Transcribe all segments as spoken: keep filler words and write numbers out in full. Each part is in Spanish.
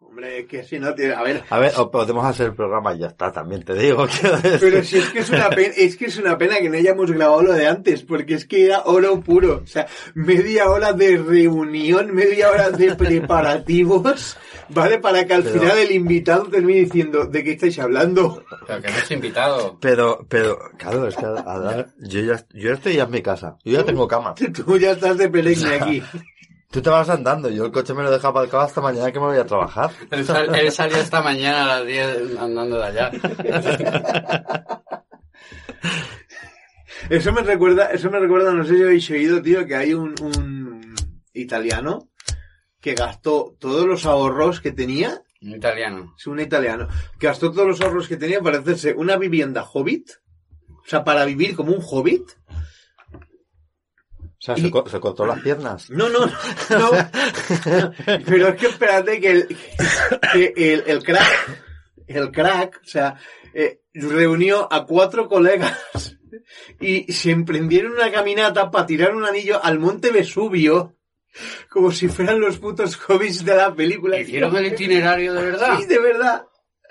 Hombre, que si no tiene... A ver... A ver, o podemos hacer el programa y ya está, también te digo. Pero si es que es una pena, es que es una pena que no hayamos grabado lo de antes, porque es que era oro puro. O sea, media hora de reunión, media hora de preparativos, ¿vale? Para que al pero... final el invitado termine diciendo, ¿de qué estáis hablando? Pero que no es invitado. Pero, pero, claro, es que ahora, yo ya, yo estoy ya en mi casa. Yo ya tengo cama. Tú ya estás de pelegne aquí. Tú te vas andando, yo el coche me lo dejo aparcado hasta mañana que me voy a trabajar. Él, sal, él salió esta mañana a las diez andando de allá. Eso me recuerda, eso me recuerda, no sé si habéis oído, tío, que hay un, un italiano que gastó todos los ahorros que tenía. Un italiano. Sí, un italiano. Que gastó todos los ahorros que tenía para hacerse una vivienda hobbit. O sea, para vivir como un hobbit. O sea, y... se, co- se cortó las piernas. No, no, no. Pero es que espérate que el, que el, el crack, el crack, o sea, eh, reunió a cuatro colegas y se emprendieron una caminata para tirar un anillo al monte Vesubio, como si fueran los putos hobbits de la película. ¿Hicieron el itinerario de verdad? Sí, de verdad.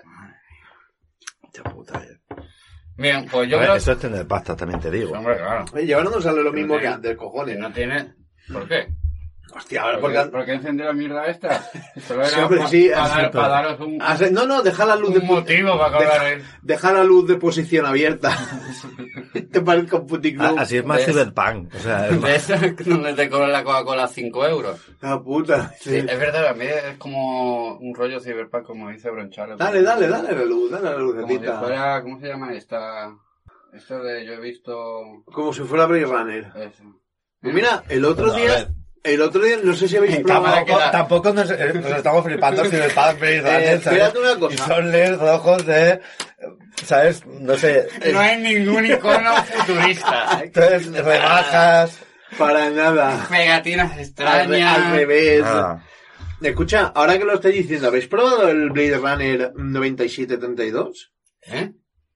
Qué puta, eh. Bien, pues yo a ver, creo... Eso es tener pasta, también te digo. Hombre, claro. Oye, y ahora no sale lo mismo tiene, que antes, cojones. No tiene... ¿Por qué? Hostia, ahora ¿Por, porque... qué, ¿Por qué encender la mierda esta? Solo era sí, hombre, para, sí, para, así, dar, para daros un... Así, no, no, deja la luz un de... motivo para acabar deja, ahí. Deja la luz de posición abierta. Te parezca un puticlub. Así es más cyberpunk. O sea, es más... De eso donde te cobran la Coca-Cola cinco euros. La puta. Sí, es verdad, a mí es como un rollo cyberpunk, como dice Bronchalo. Dale, dale, dale la luz, dale la Como si lucecita. fuera, ¿cómo se llama esta? Esto de yo he visto... Como si fuera Blade Runner. Eso. Pues mira, el otro Bueno, día... El otro día, no sé si habéis probado... Tampoco, tampoco nos, nos estamos flipando cyberpunk, Blade Runner, eh, espérate una cosa. Y son L E D rojos de... ¿Sabes? No sé... No hay ningún icono futurista. Entonces, rebajas... Para nada. Pegatinas Al, extrañas. al revés. Ah. Escucha, ahora que lo estáis diciendo, ¿habéis probado el Blade Runner noventa y siete treinta y dos? ¿Eh?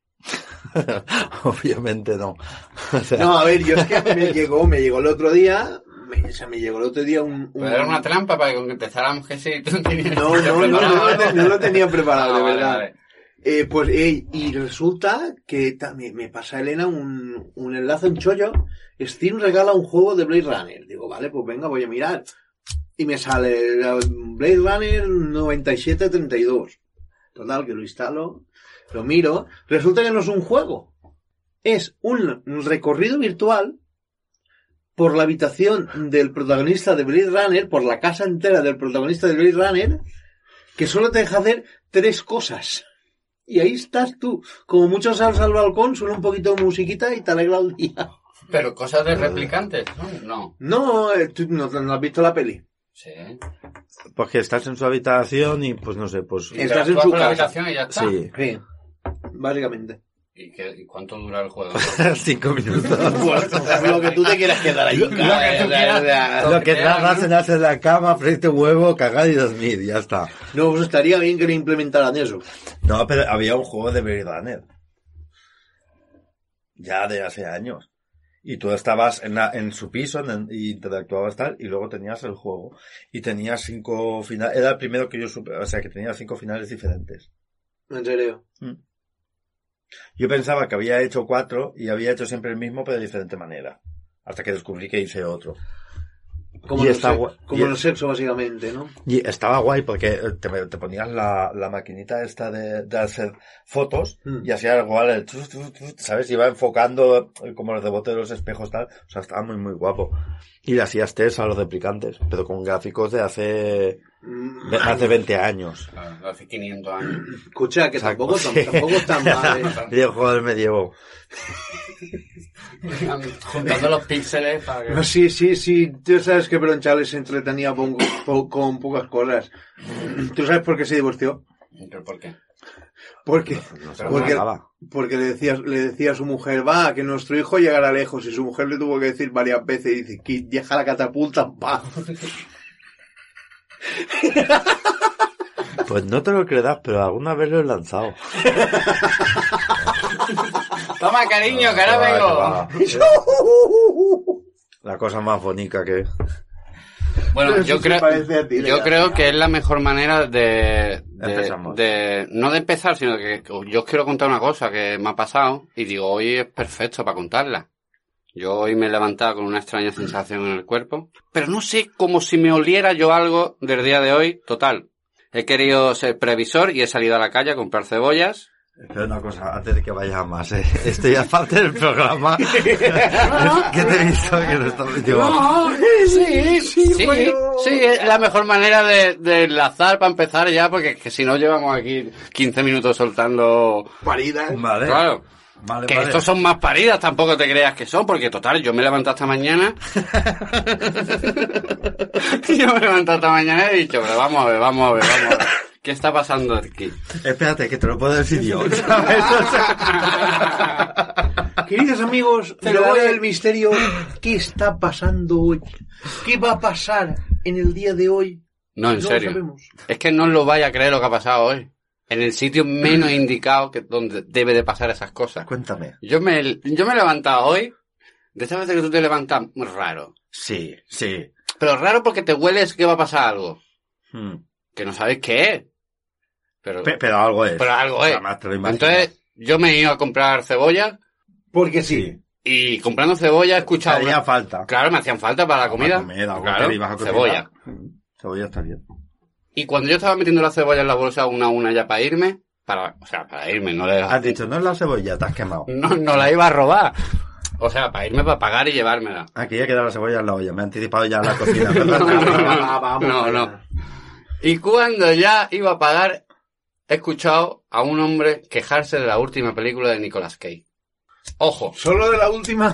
Obviamente no. O sea... No, a ver, yo es que me llegó, me llegó el otro día... Me, o sea, me llegó el otro día un... un... Pero era una trampa para que empezáramos que sí, tú tenías No, no, no, no, no, no, no lo tenía preparado, ah, de vale, verdad. Vale. Eh, pues, eh, y resulta que ta, me, me pasa Elena un, un enlace, un chollo. Steam regala un juego de Blade Runner. Digo, vale, pues venga, voy a mirar. Y me sale Blade Runner noventa y siete treinta y dos. Total, que lo instalo, lo miro. Resulta que no es un juego. Es un recorrido virtual por la habitación del protagonista de Blade Runner, por la casa entera del protagonista de Blade Runner, que solo te deja hacer tres cosas. Y ahí estás tú. Como mucho sales al balcón, suena un poquito de musiquita y te alegra el día. Pero cosas de replicantes, ¿no? No, no, tú no, no has visto la peli. Sí. Porque estás en su habitación y pues no sé, pues... Estás en su la casa. habitación y ya está. Sí. Sí, básicamente. ¿Y, qué, ¿Y cuánto dura el juego? Cinco minutos. Lo que tú te quieras quedar ahí. Lo que tú quieras. Lo que tragas en hacer la cama, freírte huevo, cagar y dormir, ya está. No, pues estaría bien que le implementaran eso. No, pero había un juego de Blade Runner. Ya de hace años. Y tú estabas en, la, en su piso en, y interactuabas tal, y luego tenías el juego. Y tenías cinco finales. Era el primero que yo supe, o sea, que tenía cinco finales diferentes. ¿En serio? Mm. Yo pensaba que había hecho cuatro y había hecho siempre el mismo, pero de diferente manera. Hasta que descubrí que hice otro. Como, y los, está sex, guay, como y, los sexos, básicamente, ¿no? Y estaba guay porque te, te ponías la, la maquinita esta de, de hacer fotos mm. y hacía igual el trus, trus, trus, ¿sabes? Iba enfocando como los rebotes de los espejos tal. O sea, estaba muy, muy guapo. Y le hacías test a los replicantes, pero con gráficos de hace... De hace veinte años. Claro, hace quinientos años. Escucha, que tampoco, tampoco es tan mal. ¿eh? Videojuego del medievo. Juntando los píxeles para que... No, sí, sí, sí. Tú sabes que Bronchales se entretenía con, con, con pocas cosas. ¿Tú sabes por qué se divorció? ¿Pero por qué? Porque, no, no porque, porque le decía, le decía a su mujer, va, que nuestro hijo llegará lejos. Y su mujer le tuvo que decir varias veces, y dice, que deja la catapulta en paz. Pues no te lo creerás, pero alguna vez lo he lanzado. Toma, cariño, no, que ahora vengo. La cosa más bonita que... Bueno, Pero yo sí se creo, parece a ti, yo de creo verdad. que es la mejor manera de, de, Empezamos. de, no de empezar, sino que yo os quiero contar una cosa que me ha pasado y digo, hoy es perfecto para contarla. Yo hoy me he levantado con una extraña sensación en el cuerpo, pero no sé, como si me oliera yo algo del día de hoy. Total, he querido ser previsor y he salido a la calle a comprar cebollas. Espera una cosa, antes de que vayas más, ¿eh? Estoy a parte del programa. ¿Qué te he visto? Que no está... Digo, No, sí, sí, sí, bueno. sí, es la mejor manera de, de enlazar para empezar ya, porque que si no llevamos aquí quince minutos soltando... Paridas. vale. Claro. Vale, Que vale. estos son más paridas, tampoco te creas que son, porque total, yo me he levantado esta mañana. yo me he levantado esta mañana y he dicho, pero vamos a ver, vamos a ver, vamos a ver. ¿Qué está pasando aquí? Espérate, que te lo puedo decir yo. ¿Sabes? O sea... Queridos amigos, Te de lo la voy hora a- del misterio, ¿qué está pasando hoy? ¿Qué va a pasar en el día de hoy? No, en No lo serio. sabemos. Es que no os lo vaya a creer lo que ha pasado hoy. En el sitio menos indicado que donde debe de pasar esas cosas. Cuéntame. Yo me, yo me he levantado hoy, de esas veces que tú te levantas raro. Sí, sí. Pero raro porque te hueles que va a pasar algo. Hmm. Que no sabes qué es. Pero, Pe- pero algo es. pero algo es. Además, te lo imaginas. Entonces, yo me he ido a comprar cebollas Porque sí. y comprando cebolla he escuchado... Haría una- falta. Claro, me hacían falta para la comida. Para comer, algo Claro, que ibas a cocinar. cebolla. Hmm. Cebolla está bien. Y cuando yo estaba metiendo la cebolla en la bolsa una a una ya para irme, para, o sea, para irme, no le... Has dicho, no es la cebolla, te has quemado. No, no la iba a robar. O sea, para irme para pagar y llevármela. Aquí ya queda la cebolla en la olla. Me he anticipado ya en la cocina. No, ¿verdad? no, no, Va, vamos no, allá. no. Y cuando ya iba a pagar, he escuchado a un hombre quejarse de la última película de Nicolas Cage. Ojo. Solo de la última.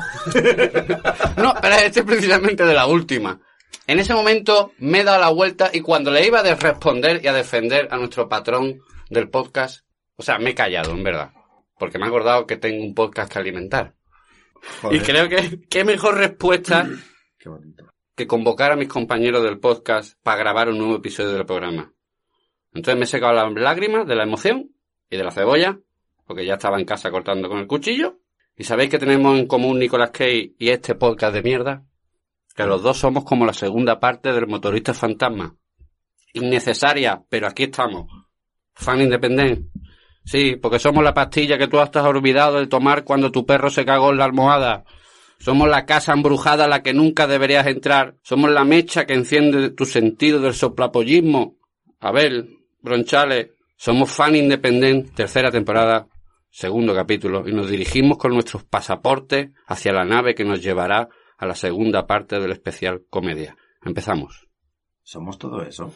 No, pero este es precisamente de la última. En ese momento me he dado la vuelta y cuando le iba a responder y a defender a nuestro patrón del podcast, o sea, me he callado, en verdad. Porque me he acordado que tengo un podcast que alimentar. Joder, Y creo que qué mejor respuesta qué bonito. que convocar a mis compañeros del podcast para grabar un nuevo episodio del programa. Entonces me he secado las lágrimas de la emoción y de la cebolla, porque ya estaba en casa cortando con el cuchillo. ¿Y sabéis que tenemos en común Nicolas Cage y este podcast de mierda? Que los dos somos como la segunda parte del Motorista Fantasma. Innecesaria, pero aquí estamos. Fan independiente. Sí, porque somos la pastilla que tú hasta has olvidado de tomar cuando tu perro se cagó en la almohada. Somos la casa embrujada a la que nunca deberías entrar. Somos la mecha que enciende tu sentido del soplapollismo. Abel, Bronchales, somos Fan Independent, tercera temporada, segundo capítulo, y nos dirigimos con nuestros pasaportes hacia la nave que nos llevará a la segunda parte del especial comedia. Empezamos. Somos todo eso.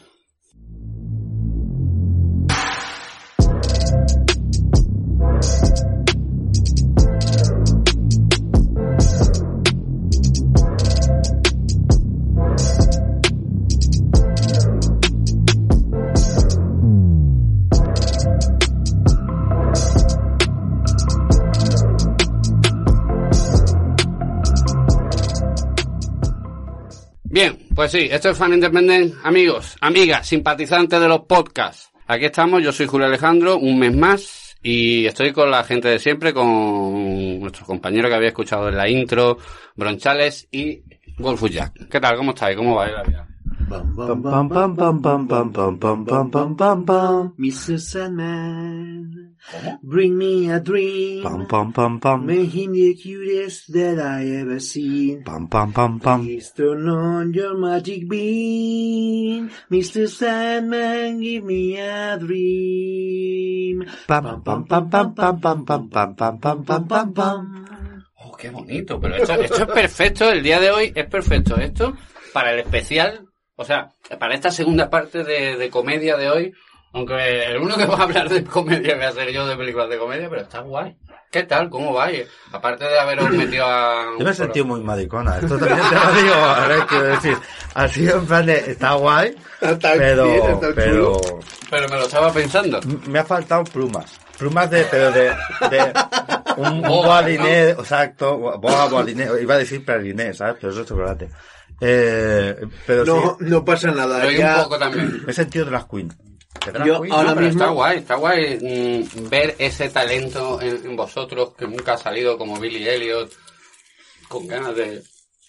Bien, pues sí, esto es Fan Independent, amigos, amigas, simpatizantes de los podcasts. Aquí estamos, yo soy Julio Alejandro, un mes más, y estoy con la gente de siempre, con nuestro compañero que había escuchado en la intro, Bronchales y Wolfus Jack. ¿Qué tal? ¿Cómo estáis? ¿Cómo va la vida? Bam, Pam, bam, pam, bam. pam, pam, pam, pam, pam, pam, pam, pam, pam. mister Sandman, bring me a dream. Pam, pam, pam, pam. Make him the cutest that I ever seen. Pam, pam, pam, pam. Please turn on your magic beam. mister Sandman, give me a dream. Pam, pam, pam, pam, pam, pam, pam, pam, pam, pam, pam, pam, pam. Oh, qué bonito, pero esto, esto es perfecto, el día de hoy es perfecto esto para el especial, o sea, para esta segunda parte de, de comedia de hoy, aunque el único que va a hablar de comedia voy a ser yo de películas de comedia, pero está guay. ¿Qué tal? ¿Cómo va? Y, aparte de haberos metido a... Yo me he sentido muy maricona, esto también te lo digo, ahora quiero decir, ha sido en plan de, está guay, Está pero, bien, está pero, chulo. Pero me lo estaba pensando. me ha faltado plumas, plumas de, pero de, de, un, un Boa, boaliné, exacto, boa, boaliné, iba a decir praliné, ¿sabes? Pero eso es chocolate. Eh, pero No, sí, no pasa nada. Pero hay Ya un poco también. me he sentido drag queen. ¿Qué drag Yo queen? ahora No, pero mismo- está guay, está guay mm, ver ese talento en, en vosotros que nunca ha salido como Billy Elliot, con ganas de...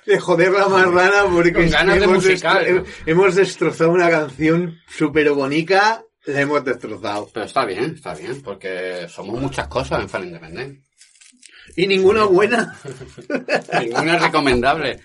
de joder la marrana porque Con ganas de hemos, musical, destro- ¿no? hemos destrozado una canción súper bonita, la hemos destrozado. Pero está bien, está bien, porque somos muchas cosas en Fan Independent. Y ninguna buena. Ninguna es recomendable.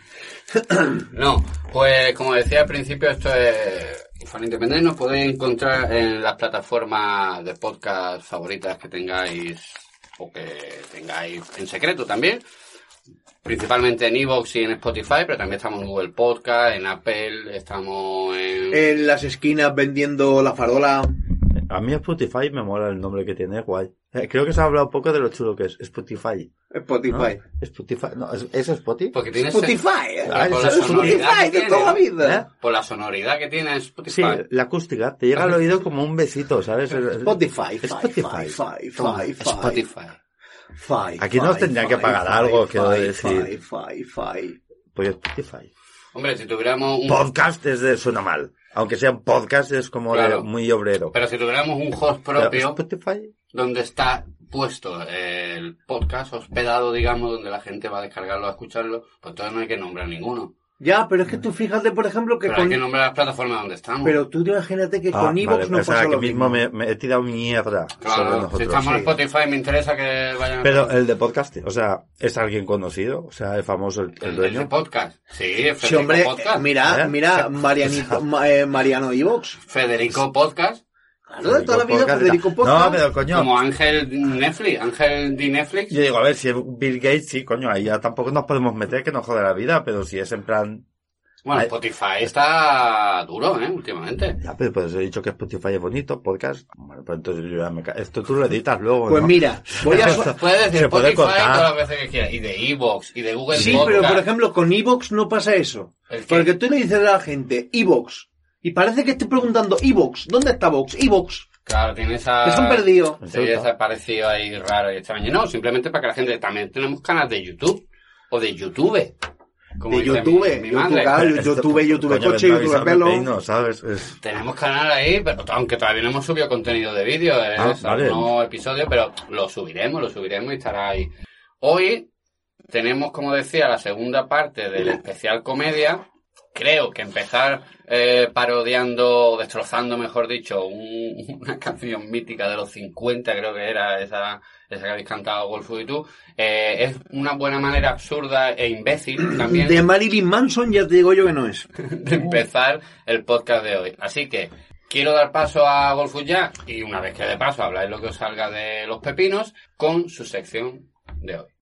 No, pues como decía al principio, esto es Fan Independent. Nos podéis encontrar en las plataformas de podcast favoritas que tengáis o que tengáis en secreto también. Principalmente en iVoox y en Spotify, pero también estamos en Google Podcast, en Apple, estamos en... En las esquinas vendiendo la farola. A mí Spotify me mola el nombre que tiene, guay. Eh, creo que se ha hablado un poco de lo chulo que es Spotify. Spotify. ¿No? Spotify, no, ¿es, ¿es Spotify? Porque tiene Spotify, ¿eh? Ah, por la eso es sonoridad Spotify que de toda la tiene, vida. ¿Eh? por la sonoridad que tiene Spotify. Sí, la acústica. Te llega al oído como un besito, ¿sabes? Spotify, Spotify. Spotify, Toma, Spotify, Spotify. Spotify. Aquí nos tendrían que pagar algo, quiero decir. Spotify. Pues Spotify. Hombre, si tuviéramos un... Podcast es de, suena mal. Aunque sea un podcast es como Claro. de muy obrero. Pero si tuviéramos un host Pero propio, Spotify. donde está puesto el podcast hospedado, digamos, donde la gente va a descargarlo, a escucharlo, pues entonces no hay que nombrar ninguno. Ya, pero es que tú fíjate, por ejemplo, que Pero hay con... que nombrar las plataformas donde estamos. Pero tú te imagínate que Ah, con iVoox vale, no o sea, pasa que lo mismo mismo. me, me he tirado mierda sobre Claro, nosotros. si estamos en sí. Spotify me interesa que vayan a... Pero el de podcast, o sea, ¿es alguien conocido? O sea, ¿es famoso el, el el, dueño? de podcast. Sí, Federico Sí, hombre, Podcast. eh, mira, ¿Eh? mira, Marianito, Ma- eh, Mariano iVoox. Federico Podcast. Claro, de toda la vida, Podcast y Federico tal. Podcast. No, pero coño. Como Ángel Netflix. Ángel de Netflix. Yo digo, a ver, si es Bill Gates, sí, coño, ahí ya tampoco nos podemos meter que nos jode la vida, pero si es en plan... Bueno, Ay. Spotify está duro, ¿eh? Últimamente. Ya, pero pues he dicho que Spotify es bonito, podcast... Bueno, pues entonces yo ya me... ca- Esto tú lo editas luego, Pues ¿no? mira, voy a... Esto- Puedes decir Se puede Spotify cortar. todas las veces que quieras. Y de Evox, y de Google Sí, Podcast. pero por ejemplo, con iVoox no pasa eso. ¿El qué? Porque tú le dices a la gente, iVoox. Y parece que estoy preguntando, iVoox, ¿dónde está Vox? iVoox. Claro, tiene esa... Que se han perdido. Sí, ese parecido ahí raro y extraño. No, simplemente para que la gente... También tenemos canales de YouTube. O de YouTube. Como De dice YouTube, mi, mi YouTube, madre. claro, Esto- YouTube, YouTube coño, coche, ven a YouTube avisarme, pelo. peino, ¿sabes? Es... Tenemos canal ahí, pero aunque todavía no hemos subido contenido de vídeo, es Ah, vale. algunos episodios, pero lo subiremos, lo subiremos y estará ahí. Hoy tenemos, como decía, la segunda parte del especial comedia. Creo que empezar eh, parodiando, destrozando, mejor dicho, un, una canción mítica de los cincuenta, creo que era esa, esa que habéis cantado Wolfo y tú, eh, es una buena manera absurda e imbécil también De Marilyn Manson ya te digo yo que no es. de empezar el podcast de hoy. Así que quiero dar paso a Golfo ya, y una vez que de paso habláis lo que os salga de los pepinos, con su sección de hoy.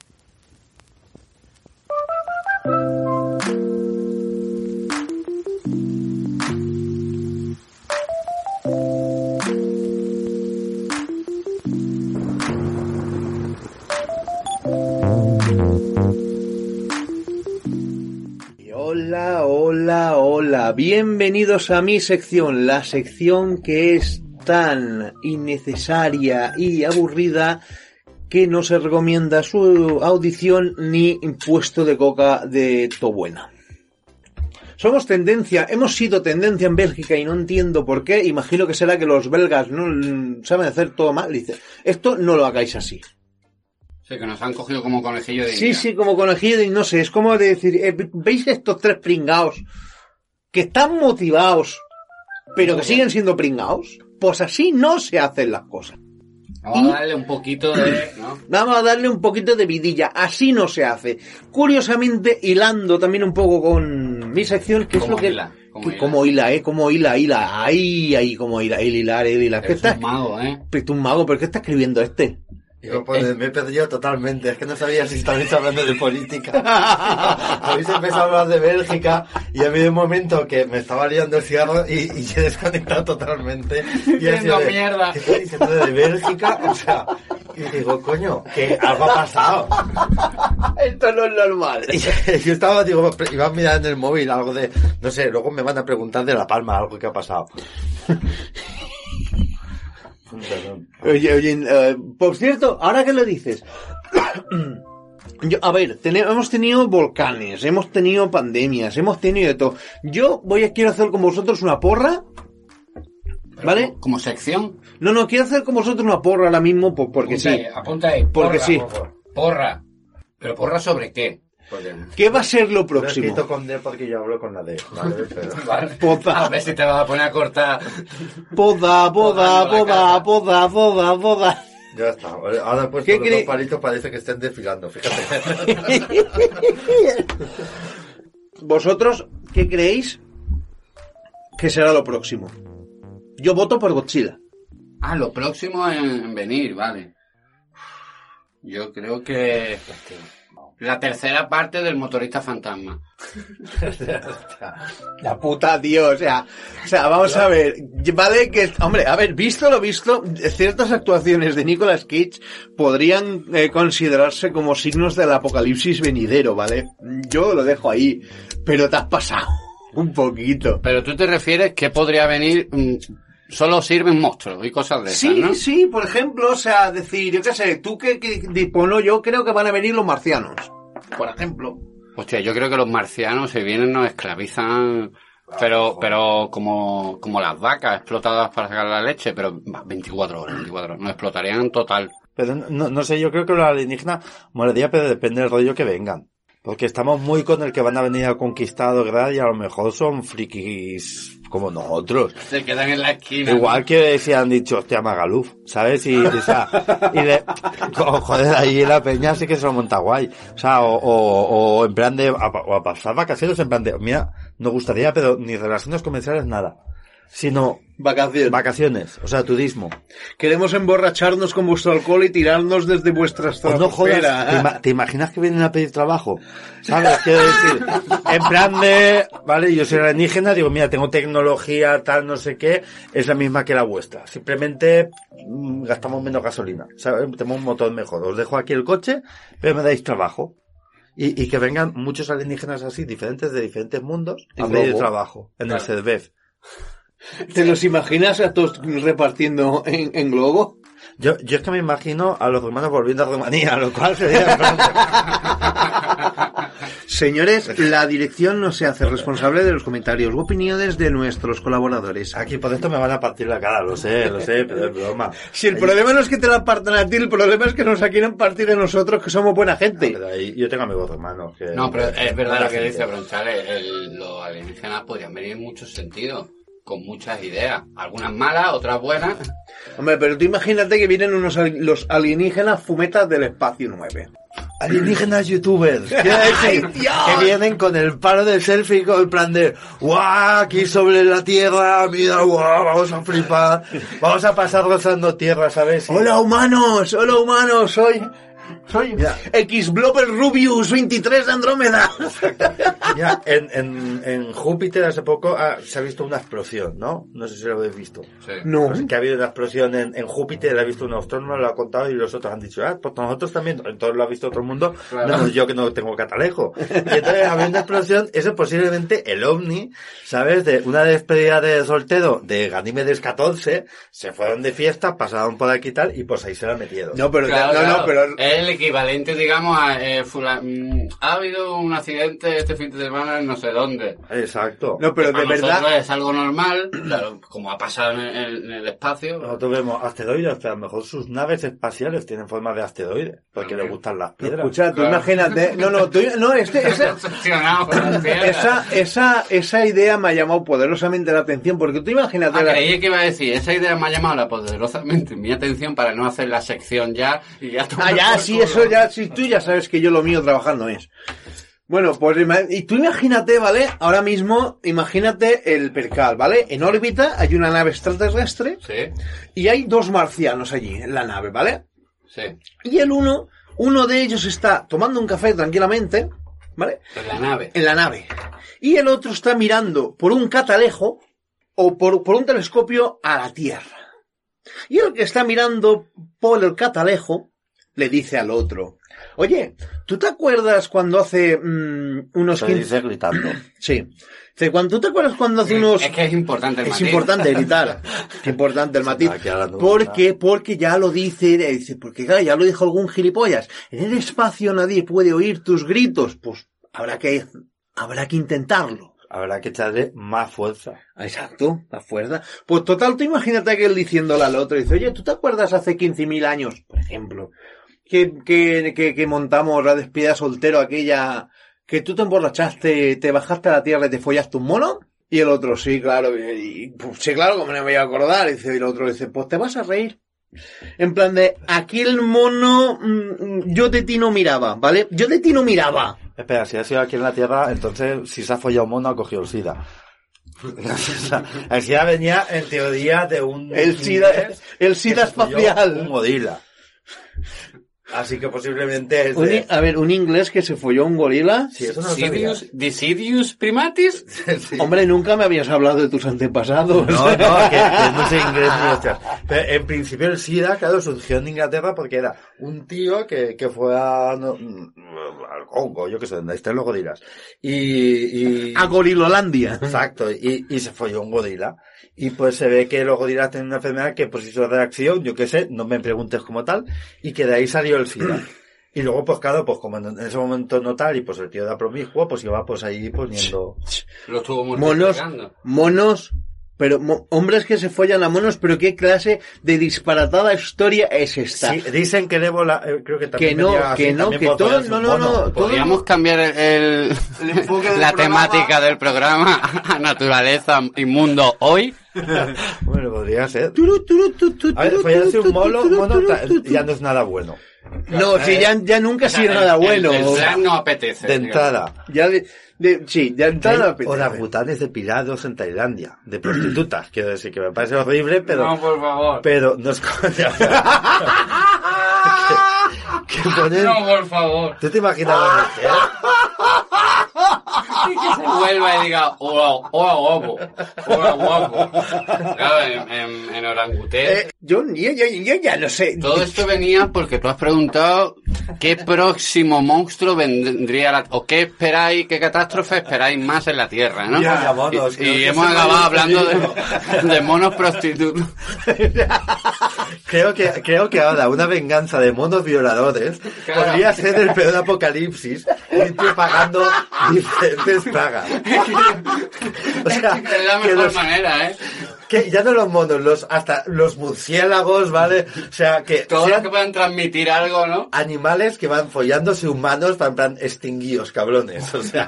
Hola, hola, hola. Bienvenidos a mi sección, la sección que es tan innecesaria y aburrida que no se recomienda su audición ni impuesto de coca de to buena. Somos tendencia, hemos sido tendencia en Bélgica y no entiendo por qué. Imagino que será que los belgas no mm, saben hacer todo mal. Dice, esto no lo hagáis así. Sí, que nos han cogido como conejillo de Sí, India. sí, como conejillo de, no sé, es como de decir, eh, ¿veis estos tres pringaos que están motivados, pero que siguen siendo pringaos? Pues así no se hacen las cosas. Vamos a darle un poquito de... ¿no? Vamos a darle un poquito de vidilla, así no se hace. Curiosamente, hilando también un poco con mi sección, que es Como lo que... hila, como que- hila. como hila, eh, como hila, hila, ahí, ahí, como hila, el hilar, el hilar. ¿Qué Eres estás? un mago, ¿eh? Pues tú un mago, ¿pero qué está escribiendo este? Digo, pues me he perdido totalmente. Es que no sabía si estabais hablando de política. Habéis empezado a hablar de Bélgica y ha habido un momento que me estaba liando el cigarro y, y he desconectado totalmente. Y he sido Diciendo de, mierda. ¿qué estoy diciendo de Bélgica? O sea, y digo, coño, que algo ha pasado. Esto no es normal. Y yo estaba, digo, iba a mirar en el móvil algo de, no sé, luego me van a preguntar de La Palma algo que ha pasado. Perdón. Oye, oye, eh, por cierto, ahora que lo dices, yo, a ver, ten- hemos tenido volcanes, hemos tenido pandemias, hemos tenido de todo. Yo voy a quiero hacer con vosotros una porra, ¿vale? Como, como sección. No, no, quiero hacer con vosotros una porra ahora mismo, pues porque apunta sí. ahí, apunta ahí. Porque Porra, sí. por favor. Porra. ¿Pero porra sobre qué? ¿Qué va a ser lo Lo he próximo? escrito con D porque yo hablo con la D. Vale, pero... Vale. Poda. A ver si te vas a poner a cortar. Poda, poda, Podando la poda, casa. poda, poda, poda. Ya está. Ahora pues ¿Qué los cre- dos palitos parece que estén desfilando, fíjate. ¿Vosotros qué creéis que será lo próximo? Yo voto por Godzilla. Ah, lo próximo en, en venir, vale. Yo creo que... La tercera parte del motorista fantasma. La puta, tío, o sea, o sea, vamos a ver, vale que, hombre, a ver, visto lo visto, ciertas actuaciones de Nicolas Cage podrían eh, considerarse como signos del apocalipsis venidero, ¿vale? Yo lo dejo ahí, pero te has pasado un poquito. Pero tú te refieres que podría venir... mm, solo sirven monstruos y cosas de esas, Sí, ¿no? sí, por ejemplo, o sea, decir, yo qué sé, tú que, que dispono, yo creo que van a venir los marcianos, por ejemplo. Hostia, yo creo que los marcianos se vienen, nos esclavizan, pero pero como como las vacas explotadas para sacar la leche, pero va, veinticuatro horas, veinticuatro horas, nos explotarían en total. Pero no, no sé, yo creo que los alienígenas moriría, pero depende del rollo que vengan. Porque estamos muy con el que van a venir a conquistar, ¿verdad? Y a lo mejor son frikis como nosotros. Se quedan en la esquina. Igual que si han dicho, hostia, Magaluf, ¿sabes? Y, o sea, y de, oh, joder, ahí en la peña sí que se lo monta guay. O sea, o, o, o en plan de, a, o a pasar vacaciones en plan de, mira, nos gustaría, pero ni relaciones comerciales, nada. Sino Vacaciones. vacaciones, o sea, turismo. Queremos emborracharnos con vuestro alcohol y tirarnos desde vuestra Pues no jodas, estratosfera. ¿te, ima- te imaginas que vienen a pedir trabajo? ¿Sabes? Quiero decir, en plan de, vale, yo soy alienígena, digo, mira, tengo tecnología, tal, no sé qué, es la misma que la vuestra. Simplemente mm, gastamos menos gasolina, ¿sabes? Tenemos un motor mejor. Os dejo aquí el coche, pero me dais trabajo. Y, y que vengan muchos alienígenas así, diferentes de diferentes mundos, a En pedir globo. trabajo, en el CERVEF. ¿Te los imaginas a todos repartiendo en, en globo? Yo, yo es que me imagino a los romanos volviendo a Rumanía, lo cual sería en plan Señores, la dirección no se hace responsable de los comentarios u opiniones de nuestros colaboradores. Aquí por esto me van a partir la cara, lo sé, lo sé, pero es broma. Si el problema no es que te la partan a ti, el problema es que nos la quieren partir a nosotros, que somos buena gente. Pero ahí, yo tengo amigos hermanos que... No, pero es verdad buena lo que gente. dice Bronchales, el, los alienígenas podrían venir en muchos sentidos, con muchas ideas, algunas malas, otras buenas. Hombre, pero tú imagínate que vienen unos ali- los alienígenas fumetas del espacio nueve. Alienígenas youtubers, quiero ¡Ay, decir, Dios! que vienen con el palo del selfie con el plan de guau, aquí sobre la tierra, mira, guau, vamos a flipar, vamos a pasar rozando tierra, ¿sabes? Y- ¡Hola humanos! ¡Hola humanos! Soy... Soy Ya. X-Blobber Rubius veintitrés de Andrómeda. Ya, en, en, en Júpiter hace poco ah, se ha visto una explosión, ¿no? No sé si lo habéis visto. Sí. No. Pues que ha habido una explosión en, en Júpiter, la ha visto un astrónomo, lo ha contado y los otros han dicho, ah, pues nosotros también, entonces lo ha visto todo el mundo, Claro. menos yo que no tengo catalejo. Y entonces había una explosión, eso es posiblemente el ovni, ¿sabes? De una despedida de soltero de Ganímedes catorce, se fueron de fiesta, pasaron por aquí y tal, y pues ahí se la metieron. No, pero... Claro, no, claro. no, pero... Es el equivalente, digamos, a... Eh, fula- mm, ha habido un accidente este fin de semana en no sé dónde. Exacto. No, pero Para de verdad... nosotros es algo normal, claro, como ha pasado en el, en el espacio. Nosotros vemos asteroides, pero a lo mejor sus naves espaciales tienen forma de asteroides, porque les gustan las piedras. Escucha, tú Claro. imagínate... No, no, tú, no, este, ese, Obsesionado con las piedras. esa, esa, esa idea me ha llamado poderosamente la atención, porque tú imagínate... Ah, la- creí que iba a decir, esa idea me ha llamado la poderosamente mi atención para no hacer la sección ya y ya Ah, ya, sí, eso ya, sí, tú ya sabes que yo lo mío trabajando es. Bueno, pues, ima- y tú imagínate, ¿vale? Ahora mismo, imagínate el percal, ¿vale? En órbita hay una nave extraterrestre Sí, y hay dos marcianos allí en la nave, ¿vale? sí. Y el uno, uno de ellos está tomando un café tranquilamente, ¿vale? En la nave. En la nave. Y el otro está mirando por un catalejo o por, por un telescopio a la Tierra. Y el que está mirando por el catalejo le dice al otro, oye, ¿tú te acuerdas cuando hace mm, unos Se quince... dice gritando. Sí. Dice, ¿cuándo tú te acuerdas cuando hace unos... Es que es importante el Es matiz. importante gritar. Es importante el matiz. Aquí hablando de Porque, porque ya lo dice, dice, porque claro, ya lo dijo algún gilipollas. En el espacio nadie puede oír tus gritos. Pues habrá que, habrá que intentarlo. Habrá que echarle más fuerza. Exacto, la fuerza. Pues total, tú imagínate que él diciéndole al otro, dice, oye, ¿tú te acuerdas hace quince mil años, por ejemplo, que, que, que, que montamos la despedida soltero aquella que tú te emborrachaste, te bajaste a la tierra y te follaste un mono. Y el otro, sí, claro, y, y, pues, sí, claro, como no me voy a acordar. Y, dice, y el otro dice, pues te vas a reír. En plan de, aquel mono, mmm, yo de ti no miraba, ¿vale? Yo de ti no miraba. Espera, si ha sido aquí en la Tierra, entonces, si se ha follado un mono, ha cogido el SIDA. El SIDA venía, en teoría, de un... El SIDA, el SIDA espacial. Un gorila. Así que posiblemente es un, de... A ver, un inglés que se folló un gorila. Sí, eso no Decidius, Decidius primatis. Sí. Hombre, nunca me habías hablado de tus antepasados. No, no, que, que no sé inglés ni hostias. Pero en principio el SIDA, claro, surgió en Inglaterra porque era un tío que, que fue a, no, al Congo, yo qué sé, donde estén los gorilas. Y, y... A Gorilolandia. Exacto, y, y se folló un gorila. Y pues se ve que los gorilas tienen una enfermedad que pues hizo reacción, yo qué sé, no me preguntes como tal, y que de ahí salió el SIDA. Y luego, pues claro, pues como en ese momento no tal, y pues el tío era promiscuo, pues iba pues ahí poniendo... Lo estuvo monos, monos, pero mo, hombres que se follan a monos, pero qué clase de disparatada historia es esta. Sí, dicen que el ébola, eh, creo que también que no, así, que no, que todo, no, no, no. Podríamos todo... cambiar el, el, el enfoque del la programa. temática del programa a naturaleza y mundo hoy. Bueno, podría ser. Turu, turu, tu, tu, A ver, turu, follarse turu, un mono, turu, mono turu, ta- turu, ya no es nada bueno. No, si ya, ya nunca ha sido O sea, nada el- bueno. El, el plan no apetece. De digamos. entrada. Ya de, de, sí, de entrada. Hay orangutanes depilados en Tailandia, de prostitutas. Quiero decir que me parece horrible, pero... No, por favor. Pero no es coña. que, que ponen... No, por favor. ¿Tú te imaginas la mujer? Y que se vuelva y diga, hola, hola guapo, hola guapo. Claro, en, en, en Oranguté. Eh, yo, yo, yo, yo ya no sé. Todo esto venía porque tú has preguntado qué próximo monstruo vendría, la, o qué esperáis, qué catástrofe esperáis más en la Tierra, ¿no? Ya, monos, y que y no hemos se acabado vayan hablando perdiendo. de, de monos prostitutos. Creo que, creo que ahora una venganza de monos violadores Claro. podría ser el peor apocalipsis, un tío pagando diferentes pagas. O sea, Es la que mejor los- manera, ¿eh? que ya no los monos, los, hasta los murciélagos, ¿vale? O sea, que Todos los sean que puedan transmitir algo, ¿no? animales que van follándose humanos para en plan extinguidos, cabrones. O sea,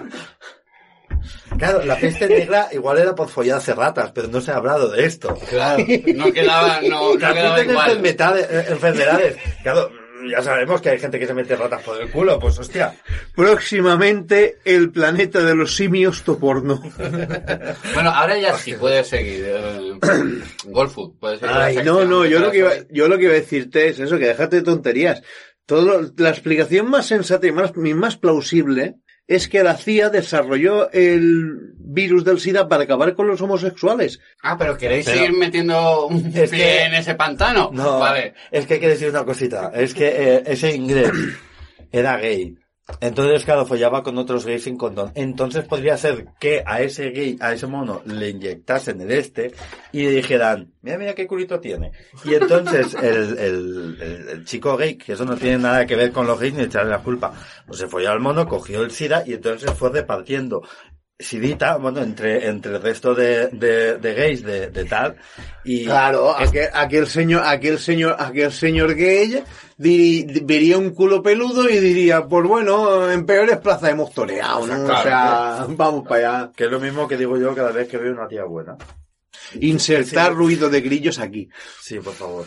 claro, la peste negra igual era por follarse ratas, pero no se ha hablado de esto. Claro, no quedaba, no, no quedaba Transmiten igual. enfermedades, eh, enfermedades. Claro, ya sabemos que hay gente que se mete ratas por el culo, pues hostia. Próximamente el planeta de los simios toporno. Bueno, ahora ya sí puedes seguir. Eh, Golfood, puedes seguir. Ay, la no, sección no, que yo te lo que iba, vas a- yo lo que iba a decirte es eso, que déjate de tonterías. Todo, lo- la explicación más sensata y más, y más plausible es que la C I A desarrolló el virus del SIDA para acabar con los homosexuales. Ah, pero ¿queréis Pero- seguir metiendo un Es pie que- en ese pantano? No, Vale. es que hay que decir una cosita. Es que eh, ese inglés era gay. Entonces, claro, follaba con otros gays sin condón. Entonces podría ser que a ese gay, a ese mono, le inyectasen el este y le dijeran, mira, mira qué culito tiene. Y entonces el, el, el, el chico gay, que eso no tiene nada que ver con los gays ni echarle la culpa, pues se folló al mono, cogió el SIDA y entonces fue repartiendo sidita, bueno, entre, entre el resto de, de, de gays de, de tal. Y Claro, aquel, aquel señor, aquel señor, aquel señor gay diri- vería un culo peludo y diría, pues bueno, en peores plazas hemos toreado, ¿no? Claro. O sea, vamos para allá. que es lo mismo que digo yo cada vez que veo una tía buena. Insertar ruido de grillos aquí. Sí, por favor.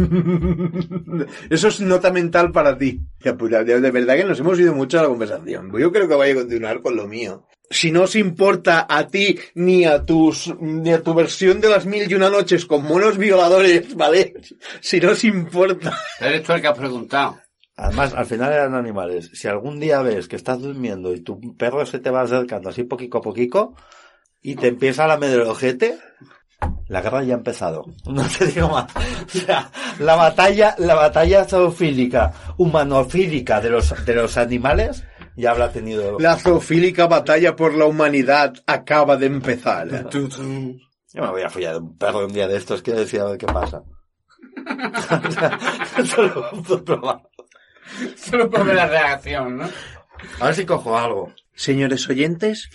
Eso es nota mental para ti. Ya, pues, de, de verdad que nos hemos ido mucho a la conversación. Yo creo que voy a continuar con lo mío. Si no os importa a ti ni a tus ni a tu versión de las mil y una noches con monos violadores, ¿vale? Si no os importa. Eres tú el que has preguntado. Además, al final eran animales. Si algún día ves que estás durmiendo y tu perro se te va acercando así poquito a poquito y te empieza a lamer el ojete, la guerra ya ha empezado. No te digo más. O sea, la batalla, la batalla zoofílica, humanofílica de los, de los animales ya habrá tenido... La zoofílica batalla por la humanidad acaba de empezar. Yo me voy a follar un perro un día de estos, quiero decir a ver qué pasa. O sea, solo por probar. Solo por ver la reacción, ¿no? A ver si cojo algo. Señores oyentes,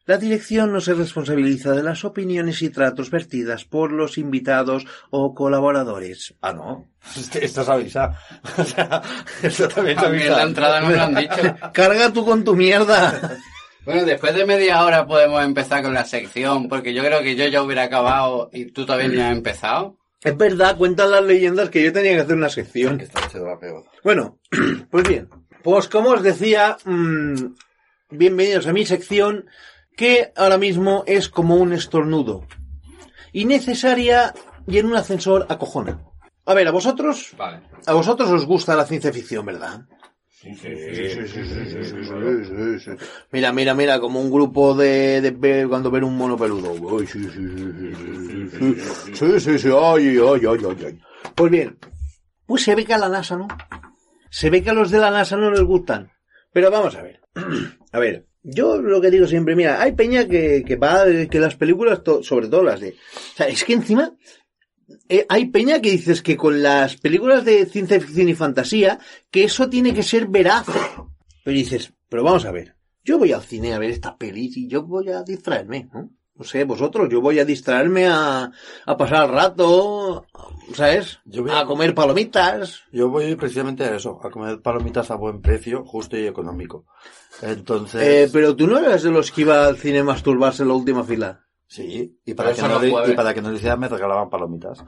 La dirección no se responsabiliza de las opiniones y tratos vertidas por los invitados o colaboradores. Ah, no. Esto es avisado. O sea, esto también es A mí en la avisado. entrada no me lo han dicho. Carga tú con tu mierda. Bueno, después de media hora podemos empezar con la sección, porque yo creo que yo ya hubiera acabado y tú todavía ni has empezado. Es verdad, cuentan las leyendas que yo tenía que hacer una sección. Que está hecho de la peor. Bueno, pues bien. Pues como os decía, mmm, bienvenidos a mi sección, que ahora mismo es como un estornudo. Innecesaria y en un ascensor acojona. A ver, a vosotros, Vale. a vosotros os gusta la ciencia ficción, ¿verdad? Sí, sí, Sí, sí, sí, sí, sí, sí, sí. Mira, mira, mira, como un grupo de, de, de cuando ven un mono peludo. Ay, sí, sí, sí, sí, sí, sí, sí, sí, sí, ay, ay, ay, ay, ay. Pues bien, pues se ve que a la NASA, ¿no? Se ve que a los de la NASA no les gustan. Pero vamos a ver. A ver, yo lo que digo siempre, mira, hay peña que, que va, que las películas, to, sobre todo las de... O sea, es que encima... Eh, hay peña que dices que con las películas de ciencia ficción y fantasía, que eso tiene que ser veraz. Pero dices, pero vamos a ver, yo voy al cine a ver estas pelis y yo voy a distraerme, ¿no? No sé, vosotros, yo voy a distraerme a, a pasar el rato, ¿sabes? Yo voy a- a comer palomitas. Yo voy precisamente a eso, a comer palomitas a buen precio, justo y económico. Entonces... Eh, pero tú no eras de los que iba al cine a masturbarse en la última fila. Sí, y para, Pero que eso no no le, jueves. y para que no le hicieran me regalaban palomitas.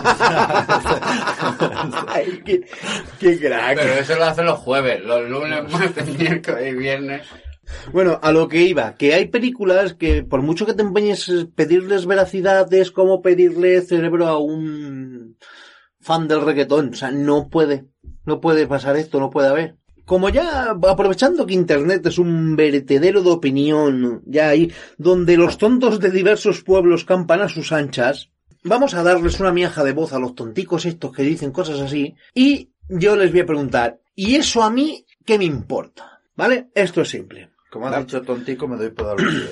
Ay, qué, qué crack. Pero eso lo hacen los jueves, los lunes, martes, miércoles y viernes. Bueno, a lo que iba, que hay películas que por mucho que te empeñes pedirles veracidad es como pedirle cerebro a un fan del reggaetón. O sea, no puede, no puede pasar esto, no puede haber. Como ya, aprovechando que internet es un vertedero de opinión, ya ahí, donde los tontos de diversos pueblos campan a sus anchas, vamos a darles una miaja de voz a los tonticos estos que dicen cosas así, y yo les voy a preguntar, ¿y eso a mí qué me importa? ¿Vale? Esto es simple. Como has dicho tontico, me doy por aludido.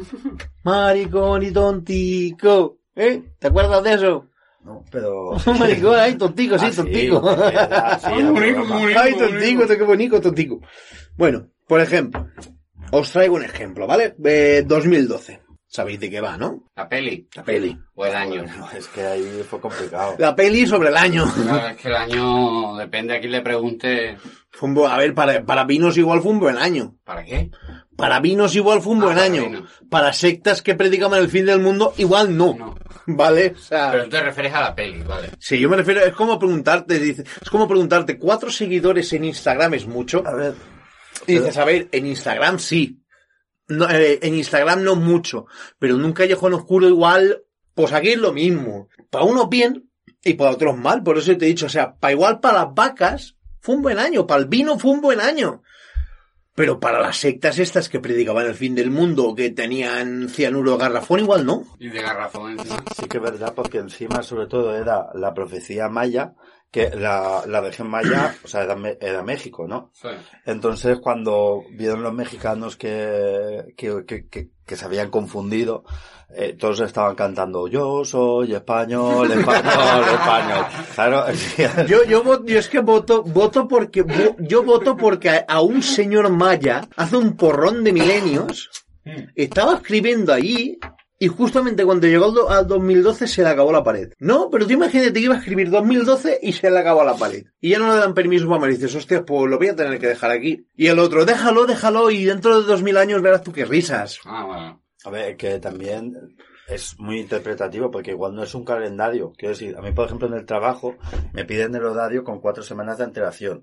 Maricón y tontico, ¿eh? ¿Te acuerdas de eso? No, pero... Maricón, ay, tontico, sí, Ah, sí, tontico. ah, sí, el programa. Ay, tontico, qué bonito, tontico. Bueno, por ejemplo, os traigo un ejemplo, ¿vale? Eh, dos mil doce. Sabéis de qué va, ¿no? La peli. La peli. O el año. Bueno, es que ahí fue complicado. La peli sobre el año. Claro, es que el año, depende a quién le pregunte. Fue un bu- a ver, para, para vinos igual fue un buen año. ¿Para qué? Para vinos igual fue un Ah, buen para año. vinos. Para sectas que predicaban el fin del mundo, igual no. No. ¿Vale? O sea... Pero tú te refieres a la peli, vale. Sí, yo me refiero, es como preguntarte, dice, es como preguntarte, ¿cuatro seguidores en Instagram es mucho? A ver, Y dices, a ver, en Instagram sí. No, eh, en Instagram no mucho. Pero en un callejón oscuro igual, pues aquí es lo mismo. Para unos bien y para otros mal. Por eso te he dicho, o sea, para igual para las vacas fue un buen año. Para el vino fue un buen año. Pero para las sectas estas que predicaban el fin del mundo, que tenían cianuro de garrafón, igual no. Y de garrafón encima. sí que es verdad, porque encima sobre todo era la profecía maya, que la, la región maya, o sea, era, Me- era México, ¿no? Sí. Entonces, cuando vieron los mexicanos que, que, que, que, que se habían confundido, eh, todos estaban cantando, yo soy español, español, español. Claro, Yo, yo, voto- yo es que voto, voto porque, vo- yo voto porque a, a un señor maya, hace un porrón de milenios, estaba escribiendo allí, y justamente cuando llegó al, do- al dos mil doce se le acabó la pared. No, pero tú imagínate que iba a escribir dos mil doce y se le acabó la pared. Y ya no le dan permiso para más. Y dices, hostia, pues lo voy a tener que dejar aquí. Y el otro, déjalo, déjalo, y dentro de dos mil años verás tú qué risas. Ah, bueno. a ver, que también es muy interpretativo, porque igual no es un calendario. Quiero decir, a mí, por ejemplo, en el trabajo, me piden el horario con cuatro semanas de antelación.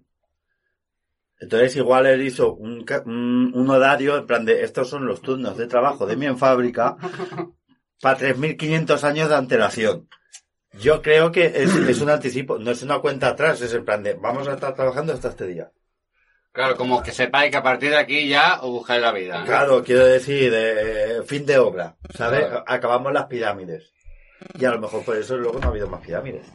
Entonces igual él hizo un, ca- un, un horario en plan de estos son los turnos de trabajo de mi en fábrica para tres mil quinientos años de antelación. Yo creo que es, es un anticipo, no es una cuenta atrás, es en plan de vamos a estar trabajando hasta este día. Claro, como que sepáis que a partir de aquí ya os buscáis la vida. ¿no? Claro, quiero decir, eh, fin de obra, ¿sabes? Claro. Acabamos las pirámides. Y a lo mejor por eso luego no ha habido más pirámides.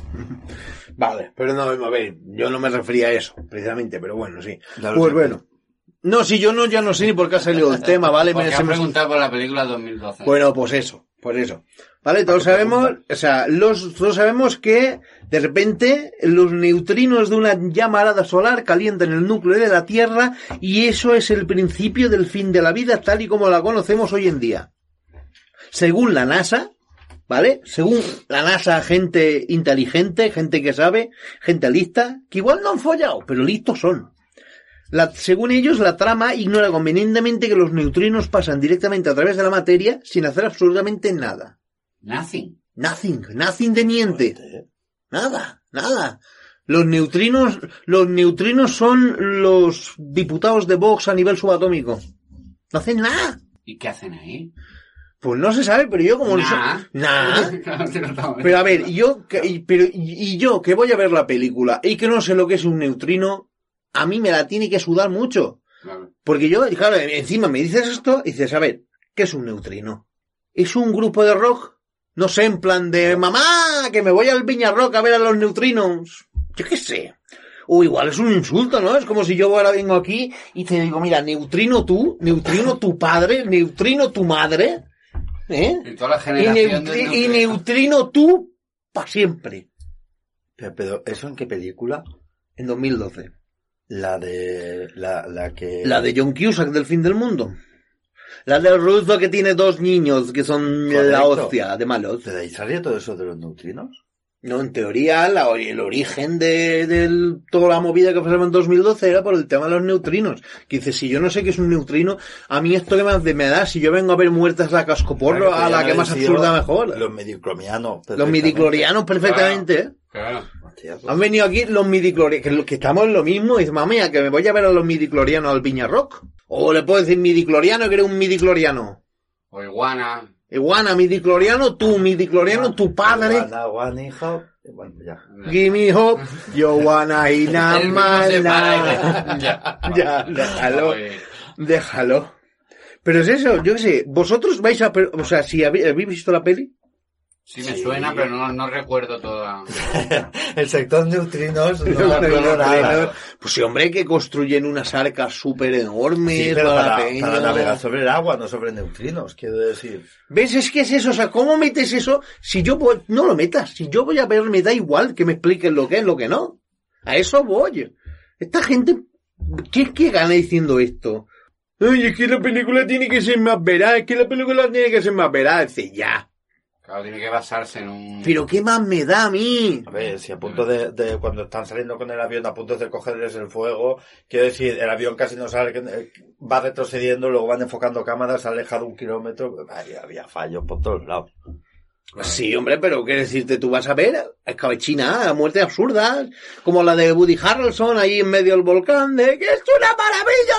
Vale, pero no, a ver, yo no me refería a eso, precisamente, pero bueno, sí. Ya lo Pues sé. bueno. No, si yo no, ya no sé ni por qué ha salido el tema, ¿vale? Porque Me- se han me- preguntado por la película dos mil doce. Bueno, pues eso. Pues eso. ¿Vale? Todos sabemos, o sea, los, todos sabemos que de repente los neutrinos de una llamarada solar calientan el núcleo de la Tierra y eso es el principio del fin de la vida tal y como la conocemos hoy en día. Según la NASA, ¿vale? Según la NASA, gente inteligente, gente que sabe, gente lista, que igual no han follado, pero listos son. La, según ellos, la trama ignora convenientemente que los neutrinos pasan directamente a través de la materia sin hacer absolutamente nada. Nothing. Nothing, nothing de niente. Nada, nada. Los neutrinos, los neutrinos son los diputados de Vox a nivel subatómico. No hacen nada. ¿Y qué hacen ahí? Pues no se sabe, pero yo como Nah. no sé... Nah. Pero a ver, yo, que- y- pero, y yo que voy a ver la película y que no sé lo que es un neutrino, a mí me la tiene que sudar mucho. Claro. Porque yo, claro, encima me dices esto y dices, a ver, ¿qué es un neutrino? ¿Es un grupo de rock? No sé, en plan de, mamá, que me voy al Viña Rock a ver a los neutrinos. Yo qué sé. O igual es un insulto, ¿no? Es como si yo ahora vengo aquí y te digo, mira, neutrino tú, neutrino tu padre, neutrino tu madre, ¿eh? Y toda la Y, generación del neutri- y nucleo. neutrino tú para siempre. Pero, pero, ¿eso en qué película? En dos mil doce. La de... La, la que... La de John Cusack del fin del mundo. La del ruso que tiene dos niños que son Correcto. la hostia de malos. ¿De ahí salía todo eso de los neutrinos? No, en teoría, la, el origen de, de toda la movida que pasaba en dos mil doce era por el tema de los neutrinos. Que dice, si yo no sé qué es un neutrino, a mí esto que más de me da, si yo vengo a ver muertas a cascoporro, Claro, a la podían que más haber sido absurda mejor. Los midiclorianos. Los midiclorianos perfectamente, ¿eh? Claro. Hostia, pues, Han venido aquí los midiclorianos, que, que estamos en lo mismo, y dice, mami, que me voy a ver a los midiclorianos al Viña Rock. O le puedo decir midicloriano que eres un midicloriano. O iguana. Iguana, midicloriano, tú, midicloriano, tu padre. Wanna, wanna, hijo. Bueno, ya. Give me hope, yo wanna in a El mismo se man. para y- Ya. Ya, déjalo, Oye, déjalo. Pero es eso, yo qué sé, vosotros vais a, per- o sea, si habéis, ¿habéis visto la peli? Sí me Sí. suena, pero no, no recuerdo toda. El sector neutrinos no Los me acuerdo nada. neutrinos. Pues sí, hombre, que construyen unas arcas súper enormes Sí, pero para, para, pequeños. para navegar sobre el agua, no sobre neutrinos, quiero decir. ¿Ves? Es que es eso, o sea, ¿cómo metes eso? Si yo voy, no lo metas, si yo voy a ver, me da igual que me expliquen lo que es, lo que no. A eso voy. Esta gente, ¿qué, qué gana diciendo esto? Ay, es que la película tiene que ser más veraz, es que la película tiene que ser más veraz. Dice, ya. Claro, tiene que basarse en un... Pero ¿qué más me da a mí? A ver, si a punto de, de cuando están saliendo con el avión, a punto de cogerles el fuego, quiero decir, el avión casi no sale, eh, va retrocediendo, luego van enfocando cámaras, se aleja de un kilómetro, ay, había fallos por todos lados. Sí, hombre, pero ¿qué decirte? Tú vas a ver escabechina, muertes absurdas, como la de Woody Harrelson ahí en medio del volcán, de que es una maravilla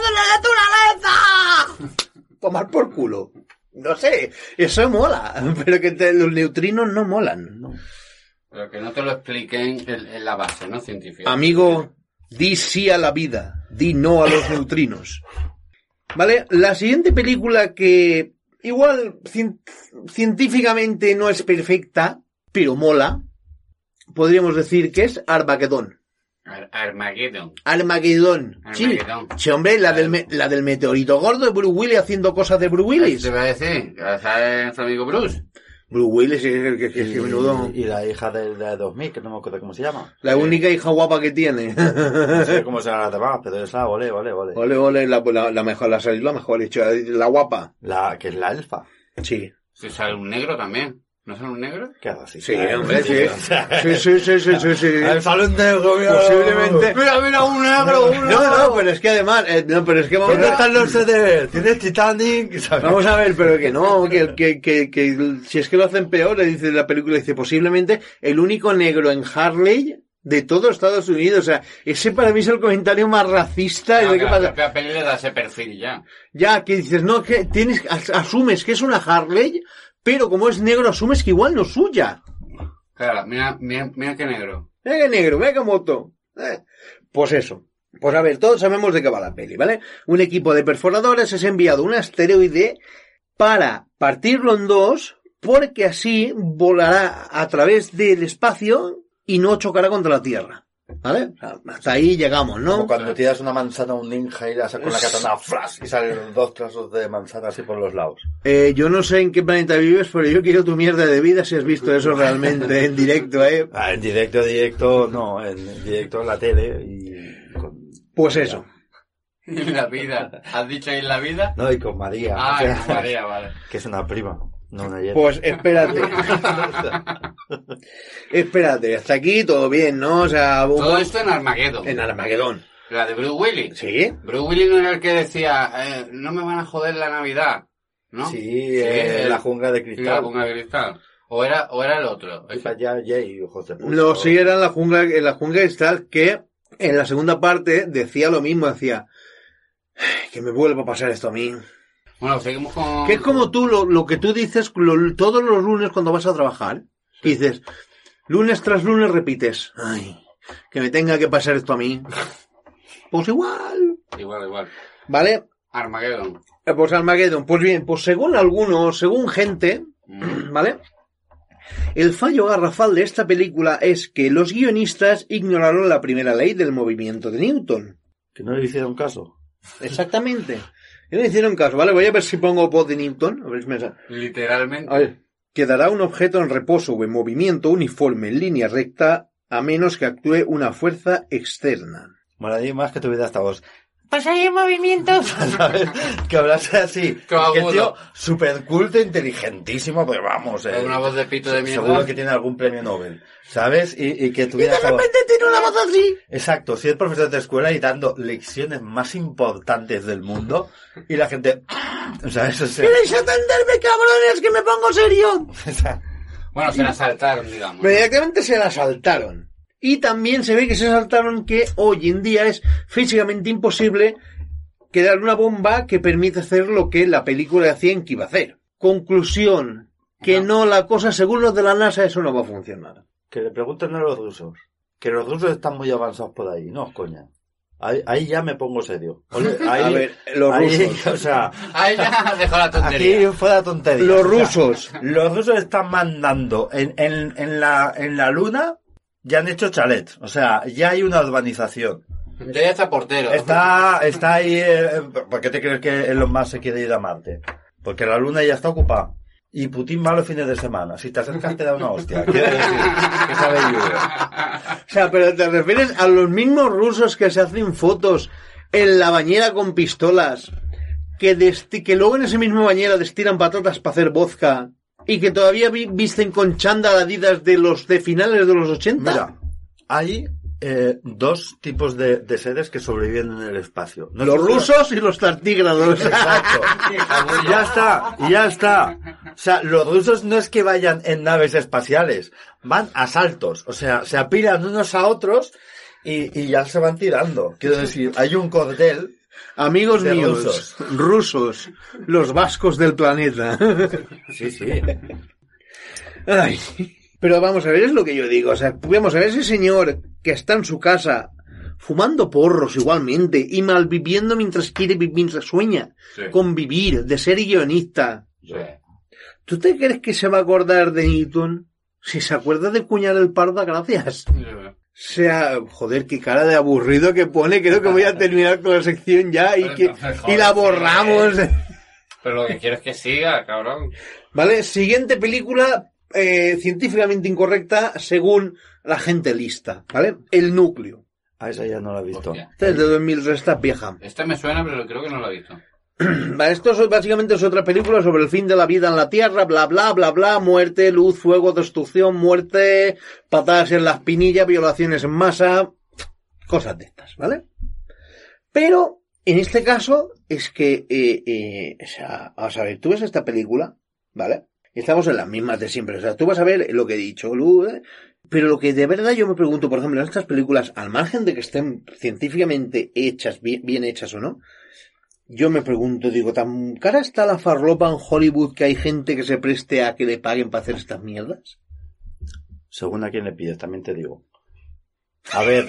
de la naturaleza. Tomar por culo. No sé, eso mola, pero que te- los neutrinos no molan. No. Pero que no te lo expliquen en, en la base, ¿no? Científica. Amigo, di sí a la vida, di no a los neutrinos. ¿Vale? La siguiente película que igual cien- científicamente no es perfecta, pero mola, podríamos decir que es Armageddon. Ar- Armageddon. Armagedón. Sí. Armagedón. Sí, hombre, la del, me- la del meteorito gordo de Bruce Willis haciendo cosas de Bruce ¿Qué Willis. te iba a decir? Que sabe nuestro amigo Bruce. Bruce Willis es el que, que, que menudo. Y, y la hija de, de dos mil, que no me acuerdo cómo se llama. La única hija guapa que tiene. No sé cómo se llama las demás, pero esa, ole, ole, ole. Ole, ole, la, la, la mejor, la, la mejor hecho, la guapa. La, que es la elfa. Sí. Si sale un negro también. ¿No sale un negro? ¿Qué hago así? Sí, hombre, sí. Sí, sí, sí, sí, sí, sí. El salón de gobierno. Posiblemente. Mira, mira, un negro, un No, no, pero es que además, eh, no, pero es que vamos ¿Dónde a, están los C D? ¿Tienes Titanic? ¿Sabes? vamos a ver, pero que no, que, que, que, que si es que lo hacen peor, le dice la película, dice posiblemente el único negro en Harley de todo Estados Unidos. O sea, ese para mí es el comentario más racista. No, ¿De que qué la pasa? propia peli le da ese perfil ya. Ya, que dices, no, que tienes, as- asumes que es una Harley, pero como es negro, asumes que igual no es suya. Claro, mira, mira, mira qué negro. Mira que negro, mira que moto. Eh, Pues eso. Pues a ver, todos sabemos de qué va la peli, ¿vale? Un equipo de perforadores es enviado a un asteroide para partirlo en dos, porque así volará a través del espacio y no chocará contra la Tierra. ¿Vale? O sea, hasta ahí llegamos, ¿no? Como cuando tiras una manzana a un ninja y la sacas con la katana, ¡flash! Y salen dos trozos de manzana así por los lados. Eh, yo no sé en qué planeta vives, pero yo quiero tu mierda de vida si has visto eso realmente en directo, ¿eh? Ah, en directo, directo, no, en directo en la tele y... Con... Pues eso. En la vida. ¿Has dicho en la vida? No, y con María. Ah, o sea, con María, vale. Que es una prima, no una yerna. Pues espérate. Espérate, hasta aquí todo bien, ¿no? O sea, vos- Todo esto en Armageddon. en Armagedón. La de Bruce Willis. ¿Sí? Bruce Willis no era el que decía, eh, no me van a joder la Navidad, ¿no? Sí, eh, el- la jungla de Sí, la cristal. jungla de cristal. O era, o era el otro. Ahí para allá, Jay, hijos de puta. No, sí era en la jungla, en la jungla cristal que en la segunda parte decía lo mismo, decía "Ay, que me vuelva a pasar esto a mí". Bueno, seguimos con... Que es como tú, lo, lo que tú dices lo- todos los lunes cuando vas a trabajar. Y dices, lunes tras lunes repites, ay, que me tenga que pasar esto a mí. Pues igual. Igual, igual. ¿Vale? Armageddon. Eh, Pues Armageddon. Pues bien, pues según algunos, según gente, Mm. ¿vale? El fallo garrafal de esta película es que los guionistas ignoraron la primera ley del movimiento de Newton. Que no le hicieron caso. Exactamente. Y no hicieron caso, ¿vale? Voy a ver si pongo voz de Newton. A ver si me sale. Literalmente. A ver. Quedará un objeto en reposo o en movimiento uniforme en línea recta a menos que actúe una fuerza externa. Molaría más que tuviera esta voz. Pues hay en movimiento. ¿Sabes? Que hablase así. Qué agudo. Que tío, súper culto, inteligentísimo, pero vamos. Es Eh, una voz de pito de mierda. Seguro que tiene algún premio Nobel. ¿Sabes? Y, y que Y tuviera de esta voz. repente tiene una voz así. Exacto, si es profesor de escuela y dando lecciones más importantes del mundo y la gente, ¿sabes? O sea, ¿Queréis atenderme, cabrones, que me pongo serio? Bueno, se la saltaron, digamos. Inmediatamente se la saltaron. Y también se ve que se saltaron que hoy en día es físicamente imposible crear una bomba que permita hacer lo que la película hacía que iba a hacer. Conclusión, que no. no la cosa, según los de la NASA, eso no va a funcionar. Que le pregunten a los rusos. Que los rusos están muy avanzados por ahí, no, coña. Ahí, ahí ya me pongo serio. Ole, ahí, a ver, los ahí, rusos. O sea, Ahí ya dejó la tontería. aquí fue la tontería. Los O sea, rusos. Los rusos están mandando en, en, en, la, en la luna, ya han hecho chalets. O sea, ya hay una urbanización. Ya ya está portero. Está, está ahí, eh, ¿por qué te crees que Elon Musk se quiere ir a Marte? Porque la luna ya está ocupada. Y Putin va los fines de semana. Si te acercas te da una hostia. Quiero decir, que sabe lluvia. O sea, pero te refieres a los mismos rusos que se hacen fotos en la bañera con pistolas, que, desti- que luego en esa misma bañera destilan patatas para hacer vodka, y que todavía vi- visten con chándal Adidas de los de finales de los ochenta. Mira, hay eh, dos tipos de, de seres que sobreviven en el espacio. No Los sé si- rusos y los tartígrados. Exacto. Ya está, ya está. O sea, los rusos no es que vayan en naves espaciales, van a saltos. O sea, se apilan unos a otros y, y ya se van tirando. Quiero decir, hay un cordel. Amigos De míos, rusos. rusos, los vascos del planeta. Sí, sí. Ay. Pero vamos a ver, es lo que yo digo. O sea, vamos a ver ese señor que está en su casa fumando porros igualmente y malviviendo mientras quiere vivir, mientras sueña Sí. con vivir, de ser guionista. Sí. ¿Tú te crees que se va a acordar de Newton? Si se acuerda de Cuñar el Parda, gracias. O sea, joder, qué cara de aburrido que pone. Creo que voy a terminar con la sección ya y Pero que entonces, y joder, la sí. borramos. Pero lo que quiero es que siga, cabrón. Vale, siguiente película eh, científicamente incorrecta según la gente lista, ¿vale? El núcleo. A esa ya no la he visto. Hostia. Esta es de dos mil tres, esta es vieja. Esta me suena, pero creo que no la he visto. Vale, esto es, básicamente es otra película sobre el fin de la vida en la Tierra, bla, bla, bla, bla, muerte, luz, fuego, destrucción, muerte, patadas en la espinilla, violaciones en masa, cosas de estas, ¿vale? Pero, en este caso, es que, eh, eh, o sea, vamos a ver, tú ves esta película, ¿vale? Estamos en las mismas de siempre, o sea, tú vas a ver lo que he dicho, luz, ¿eh? Pero lo que de verdad yo me pregunto, por ejemplo, en estas películas, al margen de que estén científicamente hechas, bien, bien hechas o no, yo me pregunto, digo, ¿tan cara está la farlopa en Hollywood que hay gente que se preste a que le paguen para hacer estas mierdas? Según a quién le pides, también te digo. A ver.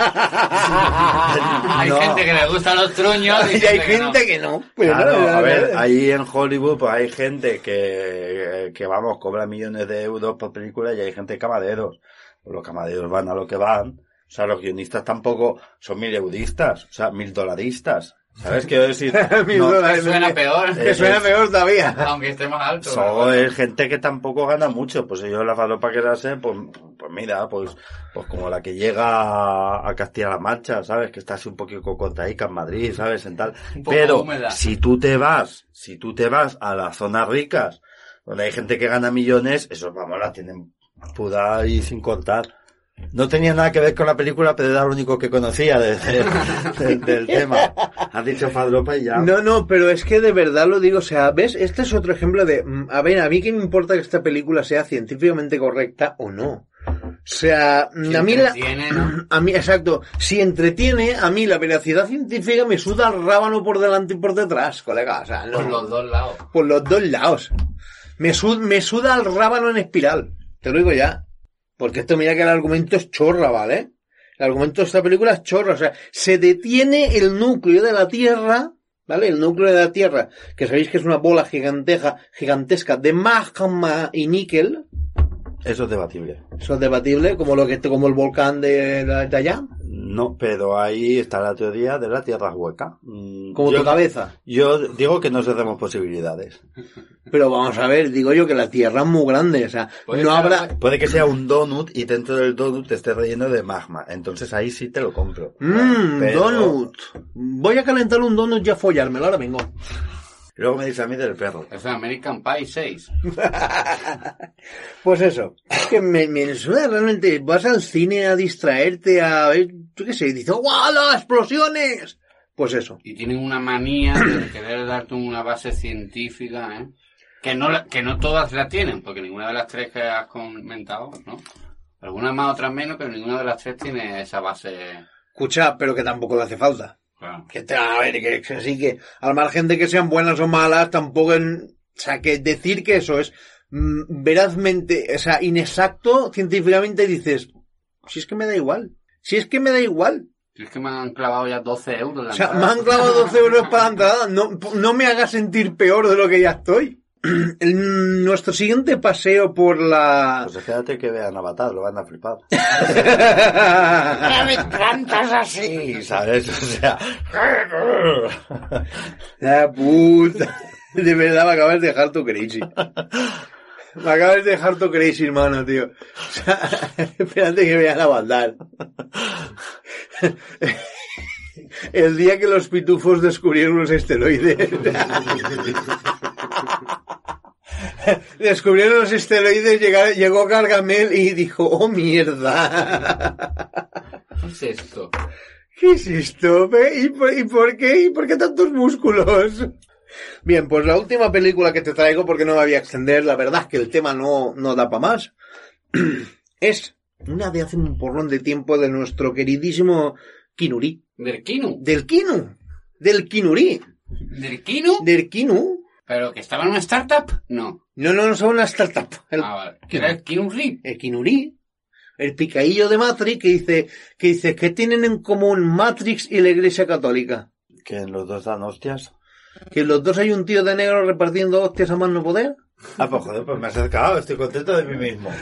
Hay No. gente que le gustan los truños y Y hay que no. gente que no. Pero Claro, no, a no, ver, no. ahí en Hollywood pues hay gente que, que vamos, cobra millones de euros por película y hay gente camareros. Pues los camareros van a lo que van O sea, los guionistas tampoco son mil eudistas, o sea, mil dolaristas. ¿Sabes qué quiero decir? Mil No, dólares. Suena peor. Que suena peor todavía. Aunque esté más alto. Son es gente que tampoco gana mucho. Pues yo la falopa que la sé, pues, pues mira, pues, pues como la que llega a Castilla-La Mancha, ¿sabes? Que está así un poquito cocontaica en Madrid, ¿sabes? En tal. Un poco Pero húmeda. si tú te vas, si tú te vas a las zonas ricas, donde hay gente que gana millones, eso, vamos, la tienen puda y sin contar. No tenía nada que ver con la película, pero era lo único que conocía de, de, de, del tema. Has dicho falopa y ya. No, no, pero es que de verdad lo digo, o sea, ¿ves? Este es otro ejemplo de, a ver, a mí qué me importa que esta película sea científicamente correcta o no. O sea, Si a mí la, entretiene, ¿no? a mí, exacto, si entretiene, a mí la veracidad científica me suda el rábano por delante y por detrás, colega, o sea, no. Por los dos lados. Por los dos lados. Me, sud, me suda el rábano en espiral, te lo digo ya. Porque esto, mira que el argumento es chorra, ¿vale? El argumento de esta película es chorra, o sea, se detiene el núcleo de la Tierra, ¿vale? El núcleo de la Tierra, que sabéis que es una bola giganteja, gigantesca de magma y níquel. Eso es debatible. Eso es debatible, como lo que como el volcán de, de allá. No, pero ahí está la teoría de la tierra hueca. Mm, Como yo, tu cabeza. Yo digo que no cerremos posibilidades. Pero vamos a ver, digo yo que la Tierra es muy grande, o sea, Puede no ser habrá... algo- Puede que sea un donut y dentro del donut esté relleno de magma. Entonces ahí sí te lo compro. Mmm, Pero- donut. Voy a calentar un donut y a follármelo, ahora vengo. Y luego me dice a mí del perro. Es American Pie seis. Pues eso, es que me, me suena realmente, vas al cine a distraerte, a ver, yo qué sé, y dices, ¡guau, las explosiones! Pues eso. Y tienen una manía de querer darte una base científica, ¿eh? Que no, la- que no todas la tienen, porque ninguna de las tres que has comentado, ¿no? Algunas más, otras menos, pero ninguna de las tres tiene esa base. Escucha, pero que tampoco le hace falta. Claro. Que te, a ver, que, que así que, al margen de que sean buenas o malas, tampoco en, o sea, que decir que eso es mm, verazmente, o sea, inexacto, científicamente dices, si es que me da igual, si es que me da igual. Si es que me han clavado ya doce euros la O sea, me entrada. han clavado doce euros para la entrada, no, no me haga sentir peor de lo que ya estoy. El- nuestro siguiente paseo por la... Pues espérate que vean Avatar, lo van a flipar. Me encantas así. Sí, ¿sabes? O sea... La puta. De verdad me acabas de dejar tu crazy. Me acabas de dejar tu crazy, hermano, tío. O sea, espérate que vean a Avatar. El día que los pitufos descubrieron los esteroides. Descubrieron los esteroides, llegar- llegó Gargamel y dijo, oh mierda. ¿Qué es esto? ¿Qué es esto? ve? ¿Y por, ¿Y por qué? ¿Y por qué tantos músculos? Bien, pues la última película que te traigo, porque no me voy a extender, la verdad es que el tema no, no da para más, es una de hace un porrón de tiempo de nuestro queridísimo Kinuri. ¿Del Kinu? Del Kinu. Del Kinuri. ¿Del Kinu? Del Kinu. ¿Pero que estaba en una startup? No. No, no, no son una startup. El, Ah, vale. ¿Que era el Kinu Rip? el Kinuri. El picadillo de Matrix que dice, que dice, ¿qué tienen en común Matrix y la Iglesia Católica? Que en los dos dan hostias. ¿Que en los dos hay un tío de negro repartiendo hostias a más no poder? Ah, pues joder, pues me he acercado, estoy contento de mí mismo.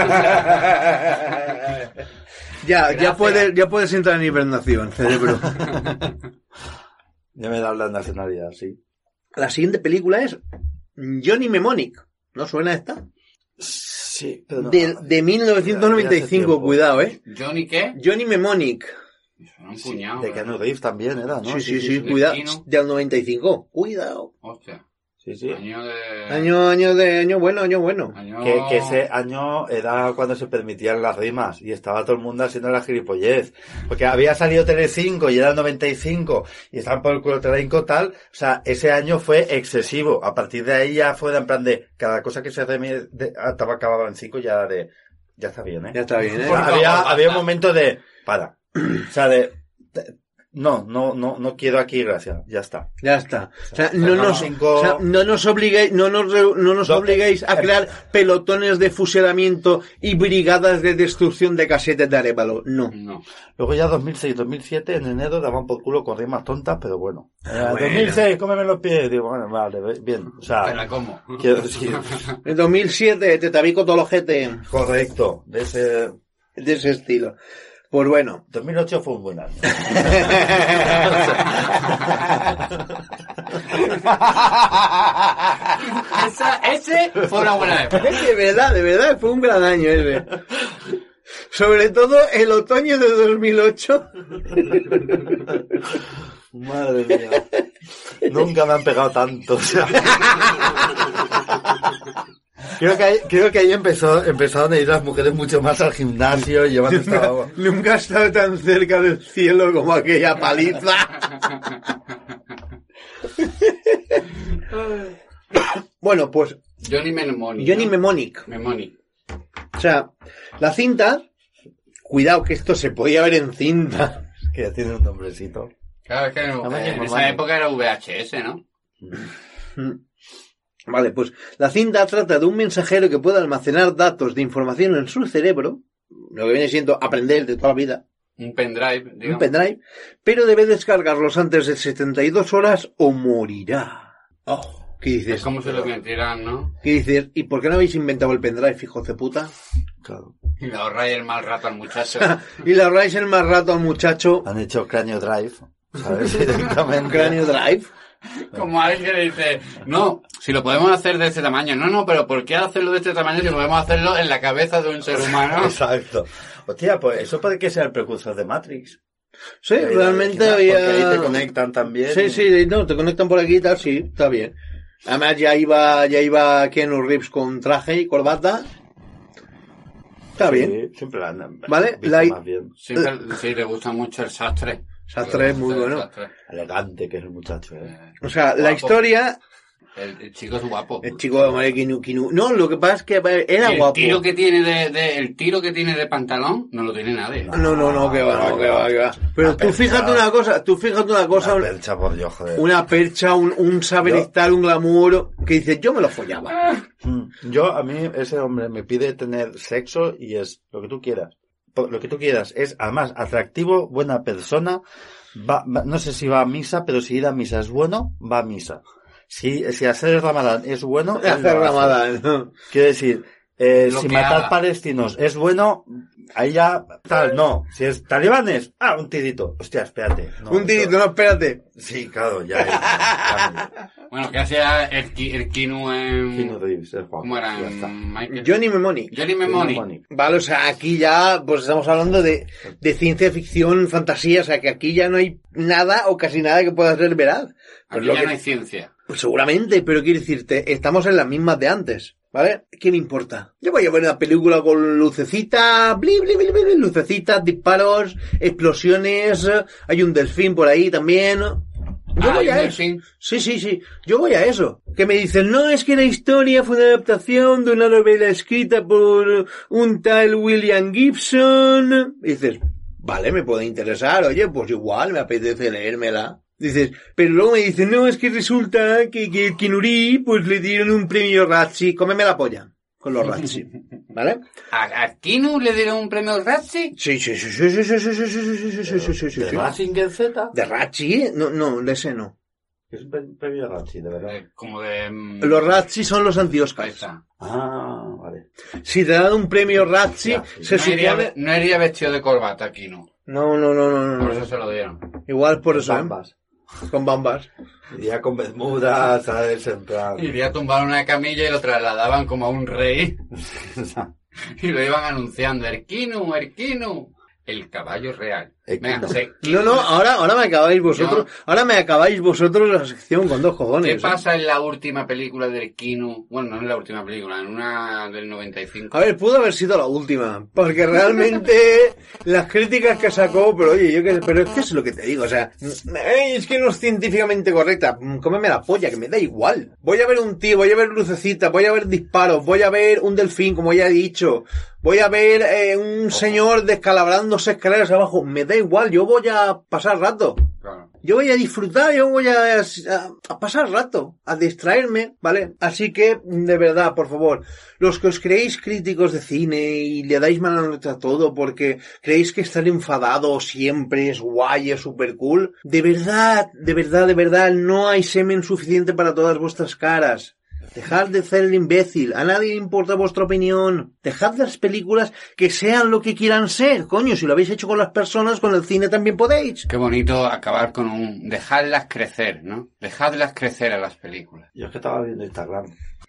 Ya, ya puedes, ya puedes entrar en hibernación, cerebro. Ya me da la nacionalidad, sí. La siguiente película es Johnny Mnemonic. ¿No suena esta? Sí, pero no. De, de mil novecientos noventa y cinco, cuidado, eh. ¿Johnny qué? Johnny Mnemonic. Suena un Sí, puñado. de pero- Keanu Reeves también era, ¿no? Sí, sí, sí, sí. cuidado. Destino. Del noventa y cinco. Cuidado. Hostia. Sí, sí. Año de... Año, año de, año bueno, año bueno. Año... Que, que ese año era cuando se permitían las rimas y estaba todo el mundo haciendo la gilipollez. Porque había salido Telecinco y era el noventa y cinco y estaban por el culo Telecinco tal. O sea, ese año fue excesivo. A partir de ahí ya fue en plan de cada cosa que se remite, estaba acababa en cinco ya de, ya está bien, ¿eh? Ya está bien, O eh. sea, había, había un momento de, para. O sea, de, de- no, no, no, no quiero aquí, gracias. Ya está. Ya está. O sea, no Sacamos nos, cinco- o sea, no nos obliguéis, no nos, re- no nos No, obliguéis a eh, crear pelotones de fusilamiento y brigadas de destrucción de casetes de Arévalo. No. No. Luego ya dos mil seis, dos mil siete, en enero daban por culo con rimas tontas, pero bueno. Eh, Bueno. dos mil seis, cómeme los pies. Digo, bueno, vale, bien. O sea, ¿Pero cómo? quiero decir, En dos mil siete, te tabico todo el ojete. correcto, de ese... De ese estilo. Pues bueno. dos mil ocho fue un buen año. Esa, ese fue una buena época. De verdad, de verdad, fue un gran año ese. Sobre todo el otoño de dos mil ocho. Madre mía. Nunca me han pegado tanto. O sea. Creo que ahí, creo que ahí empezó, empezaron a ir las mujeres mucho más al gimnasio, llevando esta... Nunca, nunca he estado tan cerca del cielo como aquella paliza. Bueno, pues... Johnny Mnemonic. Johnny ¿no? Mnemonic. Mnemonic. O sea, la cinta... Cuidado que esto se podía ver en cinta. Que ya tiene un nombrecito. Claro, es que en, No, en no, esa no. época era V H S, ¿no? Vale, pues la cinta trata de un mensajero que puede almacenar datos de información en su cerebro, lo que viene siendo aprender de toda la vida, Un pendrive, digamos. un pendrive, pero debe descargarlos antes de setenta y dos horas o morirá. Oh, ¿qué dices? Es como si lo metieran, ¿no? ¿Qué dices? ¿Y por qué no habéis inventado el pendrive, hijos de puta? Claro. Y le ahorráis el mal rato al muchacho. Y le ahorráis el más rato al muchacho. Han hecho Cráneo Drive, ¿sabes? Directamente. Cráneo Drive. Como alguien que dice, no, si lo podemos hacer de este tamaño. No, no, pero ¿por qué hacerlo de este tamaño si podemos hacerlo en la cabeza de un ser humano? Exacto. Hostia, pues eso puede que sea el precursor de Matrix. Sí, Ahí, realmente original, había... Porque ahí te conectan también. Sí, sí, no, te conectan por aquí y tal, sí, está bien. Además ya iba, ya iba Keanu Reeves con traje y corbata. Está Sí, bien. siempre la han Vale, visto la- más bien. Sí, sí, le gusta mucho el sastre. Sastre es muy El bueno. sastre. Elegante que es el muchacho, ¿eh? Eh, O sea, la guapo. historia... El, el chico es guapo. El chico de María Keanu, Keanu... No, lo que pasa es que a ver, era Y el guapo. tiro que tiene de, de, el tiro que tiene de pantalón no lo tiene nadie. No, no, no, que va, no, que va, que va. Pero La tú percha. fíjate una cosa, tú fíjate una cosa, Una percha, por Dios, joder. una percha, un, un saber Yo- estar, un glamour, que dices, yo me lo follaba. Mm. Yo, a mí, ese hombre me pide tener sexo y es lo que tú quieras. Po- Lo que tú quieras. Es, además, atractivo, buena persona. Va, va- no sé si va a misa, pero si ir a misa es bueno, va a misa. Si, si hacer el ramadán es bueno, él Hacer lo hace. ramadán, ¿no? Quiero decir, eh, Lo si que matar haga. palestinos es bueno, ahí ya, tal, no. Si es talibanes, ah, un tirito. Hostia, espérate. No, Un tirito, eso- no, espérate. Sí, claro, ya. ya, ya Bueno, que hacía el, Ki- el Kinu en... Keanu Reeves, es guapo. ¿Cómo era? Ya está. En Michael... Johnny Mnemonic. Johnny Mnemonic. Mnemonic. Vale, o sea, aquí ya, pues estamos hablando de, de ciencia ficción, fantasía, o sea, que aquí ya no hay nada o casi nada que pueda ser veraz. Pues Aquí lo ya que- no hay ciencia. Pues seguramente, pero quiero decirte, estamos en las mismas de antes, ¿vale? ¿Qué me importa? Yo voy a ver una película con lucecitas, bli, bli, bli, bli, lucecitas, disparos, explosiones, hay un delfín por ahí también. Yo Ah, voy ¿hay a un eso. delfín? Sí, sí, sí. Yo voy a eso. Que me dicen, no, es que la historia fue una adaptación de una novela escrita por un tal William Gibson. Y dices, vale, me puede interesar, oye, pues igual me apetece leérmela. Dices, pero luego me dicen, no, es que resulta que, que el Keanu Reeves, pues le dieron un premio Razzie, cómeme la polla. Con los Razzie. ¿Vale? ¿A, a Kinu le dieron un premio Razzie? Sí, sí, sí, sí, sí, sí, sí, sí, sí, sí, sí, sí, sí, sí, sí, ¿De sí. Mazinger Z? ¿De Razzie? No, no, de ese no. Es un pre- premio Razzie, de verdad. Eh, Como de... mm, Los Razzie son los Ahí anti-Oscars. está. Ah, vale. Si te dan un premio Razzie, Ya, sí. se No iría, supone... no iría vestido de corbata, Kinu. No, no, no, no, no. Por no. eso se lo dieron. Igual por eso, ¿eh? Bambas. Con bambas. Iría con bermudas, ¿sabes? En plan... Iría a tumbar una camilla y lo trasladaban como a un rey. Y lo iban anunciando. Erquinu, Erquinu. El caballo real. Erquino. Venga, se- No, no, ahora, ahora me acabáis vosotros, No. ahora me acabáis vosotros la sección con dos cojones. ¿Qué ¿eh? pasa en la última película de Erquinu? Bueno, no en la última película, en una del noventa y cinco. A ver, pudo haber sido la última, porque realmente las críticas que sacó, pero oye, yo que, pero es que es lo que te digo, o sea, ay, es que no es científicamente correcta, mm, cómeme la polla, que me da igual. Voy a ver un tío, voy a ver lucecitas, voy a ver disparos, voy a ver un delfín, como ya he dicho, voy a ver eh, un señor descalabrándose escaleras abajo, me da igual, yo voy a pasar rato. Claro. Yo voy a disfrutar, yo voy a, a, a pasar rato, a distraerme, ¿vale? Así que, de verdad, por favor, los que os creéis críticos de cine y le dais mala nota a todo porque creéis que estar enfadado siempre es guay, es super cool, de verdad, de verdad, de verdad, no hay semen suficiente para todas vuestras caras. Dejad de ser el imbécil. A nadie le importa vuestra opinión. Dejad las películas que sean lo que quieran ser. Coño, si lo habéis hecho con las personas, con el cine también podéis. Qué bonito acabar con un... Dejadlas crecer, ¿no? Dejadlas crecer a las películas. Yo es que estaba viendo Instagram.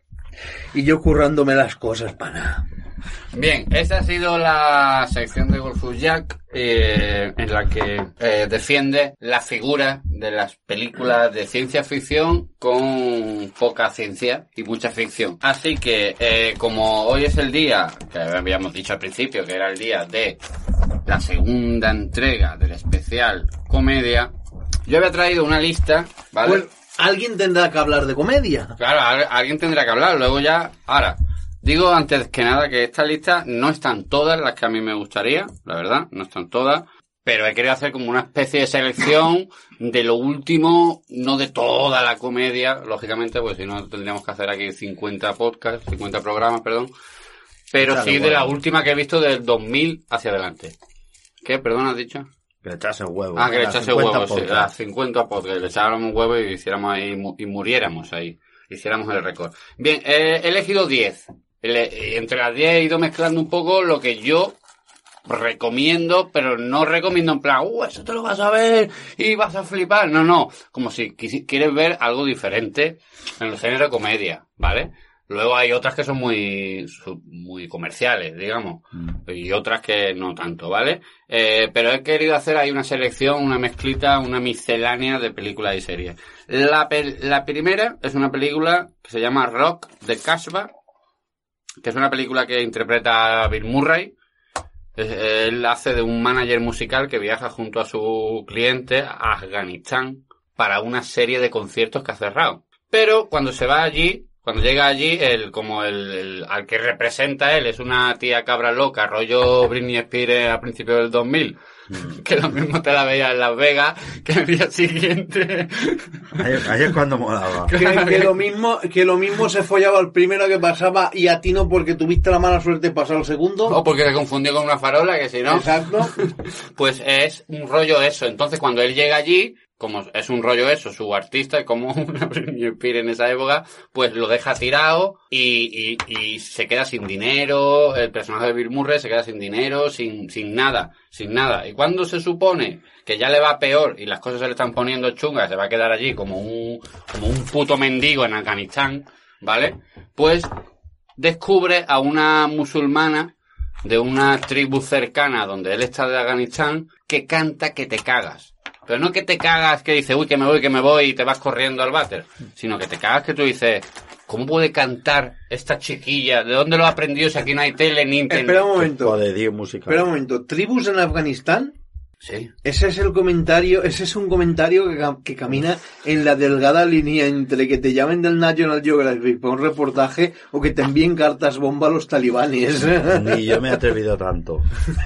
Y yo currándome las cosas, pana. Bien, esta ha sido la sección de Golfus Jack eh, en la que eh, defiende la figura de las películas de ciencia ficción con poca ciencia y mucha ficción. Así que, eh, como hoy es el día, que habíamos dicho al principio que era el día de la segunda entrega del especial comedia, yo había traído una lista, ¿vale? Bueno, alguien tendrá que hablar de comedia. Claro, al- alguien tendrá que hablar, luego ya... Ahora, digo antes que nada que esta lista no están todas las que a mí me gustaría, la verdad, no están todas, pero he querido hacer como una especie de selección de lo último, no de toda la comedia, lógicamente, pues si no tendríamos que hacer aquí cincuenta podcasts, cincuenta programas, perdón, pero Claro, sí de bueno. la última que he visto del dos mil hacia adelante. ¿Qué? ¿Perdón, has dicho? Que le echase huevo. Ah, que le Las echase cincuenta huevos, sí, podcasts. las cincuenta podcasts, le echáramos un huevo y hiciéramos ahí, mu- y muriéramos ahí, hiciéramos el récord. Bien, eh, he elegido diez. Ele- Entre las diez he ido mezclando un poco lo que yo recomiendo, pero no recomiendo en plan, uh, eso te lo vas a ver y vas a flipar. No, no, como si quisi- quieres ver algo diferente en el género comedia, ¿vale? Luego hay otras que son muy, su- muy comerciales, digamos, y otras que no tanto, ¿vale? Eh, pero he querido hacer ahí una selección, una mezclita, una miscelánea de películas y series. La, pel- la primera es una película que se llama Rock de Casbah, que es una película que interpreta a Bill Murray. Eh, Él hace de un manager musical que viaja junto a su cliente a Afganistán para una serie de conciertos que ha cerrado. Pero cuando se va allí, cuando llega allí, el, como el, el al que representa él es una tía cabra loca, rollo Britney Spears a principios del dos mil, que lo mismo te la veía en Las Vegas, que el día siguiente... Ahí, ahí es cuando molaba. Que, que lo mismo, que lo mismo se follaba el primero que pasaba y a ti no porque tuviste la mala suerte de pasar el segundo. O porque se confundió con una farola, que si no... Exacto. Pues es un rollo eso. Entonces, cuando él llega allí, como es un rollo eso, su artista es como una Britney Spears en esa época, pues lo deja tirado y, y, y se queda sin dinero. El personaje de Bill Murray se queda sin dinero, sin, sin nada, sin nada. Y cuando se supone que ya le va peor y las cosas se le están poniendo chungas, se va a quedar allí como un, como un puto mendigo en Afganistán, ¿vale? Pues descubre a una musulmana de una tribu cercana donde él está de Afganistán que canta que te cagas. Pero no que te cagas que dice, uy, que me voy, que me voy y te vas corriendo al váter, sino que te cagas que tú dices, ¿cómo puede cantar esta chiquilla? ¿De dónde lo ha aprendido si aquí no hay tele ni internet? Espera un momento. Poderío musical. Espera un momento. ¿Tribus en Afganistán? Sí. Ese es el comentario, ese es un comentario que, cam- que camina en la delgada línea entre que te llamen del National Geographic para un reportaje o que te envíen cartas bomba a los talibanes. Ni yo me he atrevido tanto.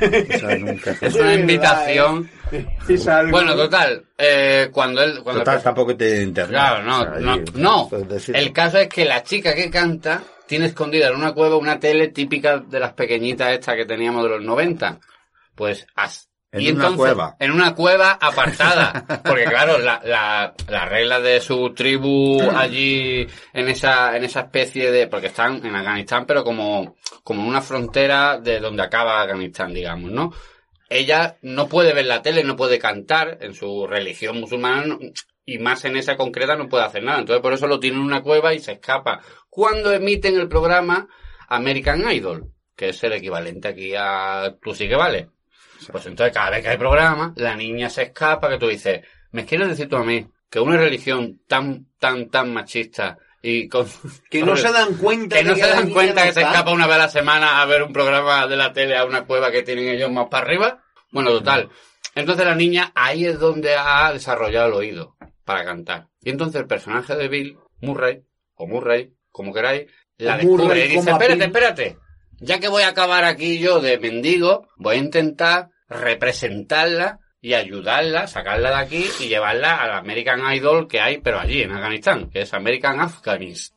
O sea, nunca. Es una invitación. Es algo. Bueno, total, eh, cuando él... Cuando Total, el- tampoco te internet. Claro, no, O sea, no, ahí, no. puedes decirlo. El caso es que la chica que canta tiene escondida en una cueva una tele típica de las pequeñitas estas que teníamos de los noventa. Pues, as- En y una entonces, cueva. en una cueva apartada. Porque claro, la, la, la regla de su tribu allí en esa, en esa especie de, porque están en Afganistán, pero como, como en una frontera de donde acaba Afganistán, digamos, ¿no? Ella no puede ver la tele, no puede cantar, en su religión musulmana, no- y más en esa concreta no puede hacer nada. Entonces por eso lo tiene en una cueva y se escapa. Cuando emiten el programa American Idol, que es el equivalente aquí a Tú sí que vale. Pues entonces cada vez que hay programa, la niña se escapa, que tú dices, ¿me quieres decir tú a mí que una religión tan, tan, tan machista y con... que no se dan cuenta que de no se la dan niña cuenta no que se está? escapa una vez a la semana a ver un programa de la tele a una cueva que tienen ellos más para arriba? Bueno, total. Entonces la niña ahí es donde ha desarrollado el oído para cantar. Y entonces el personaje de Bill Murray, o Murray, como queráis, la O descubre Murray y dice, como a espérate, Bill". espérate. Ya que voy a acabar aquí yo de mendigo, voy a intentar representarla y ayudarla, sacarla de aquí y llevarla al American Idol que hay, pero allí, en Afganistán, que es American Afghanist.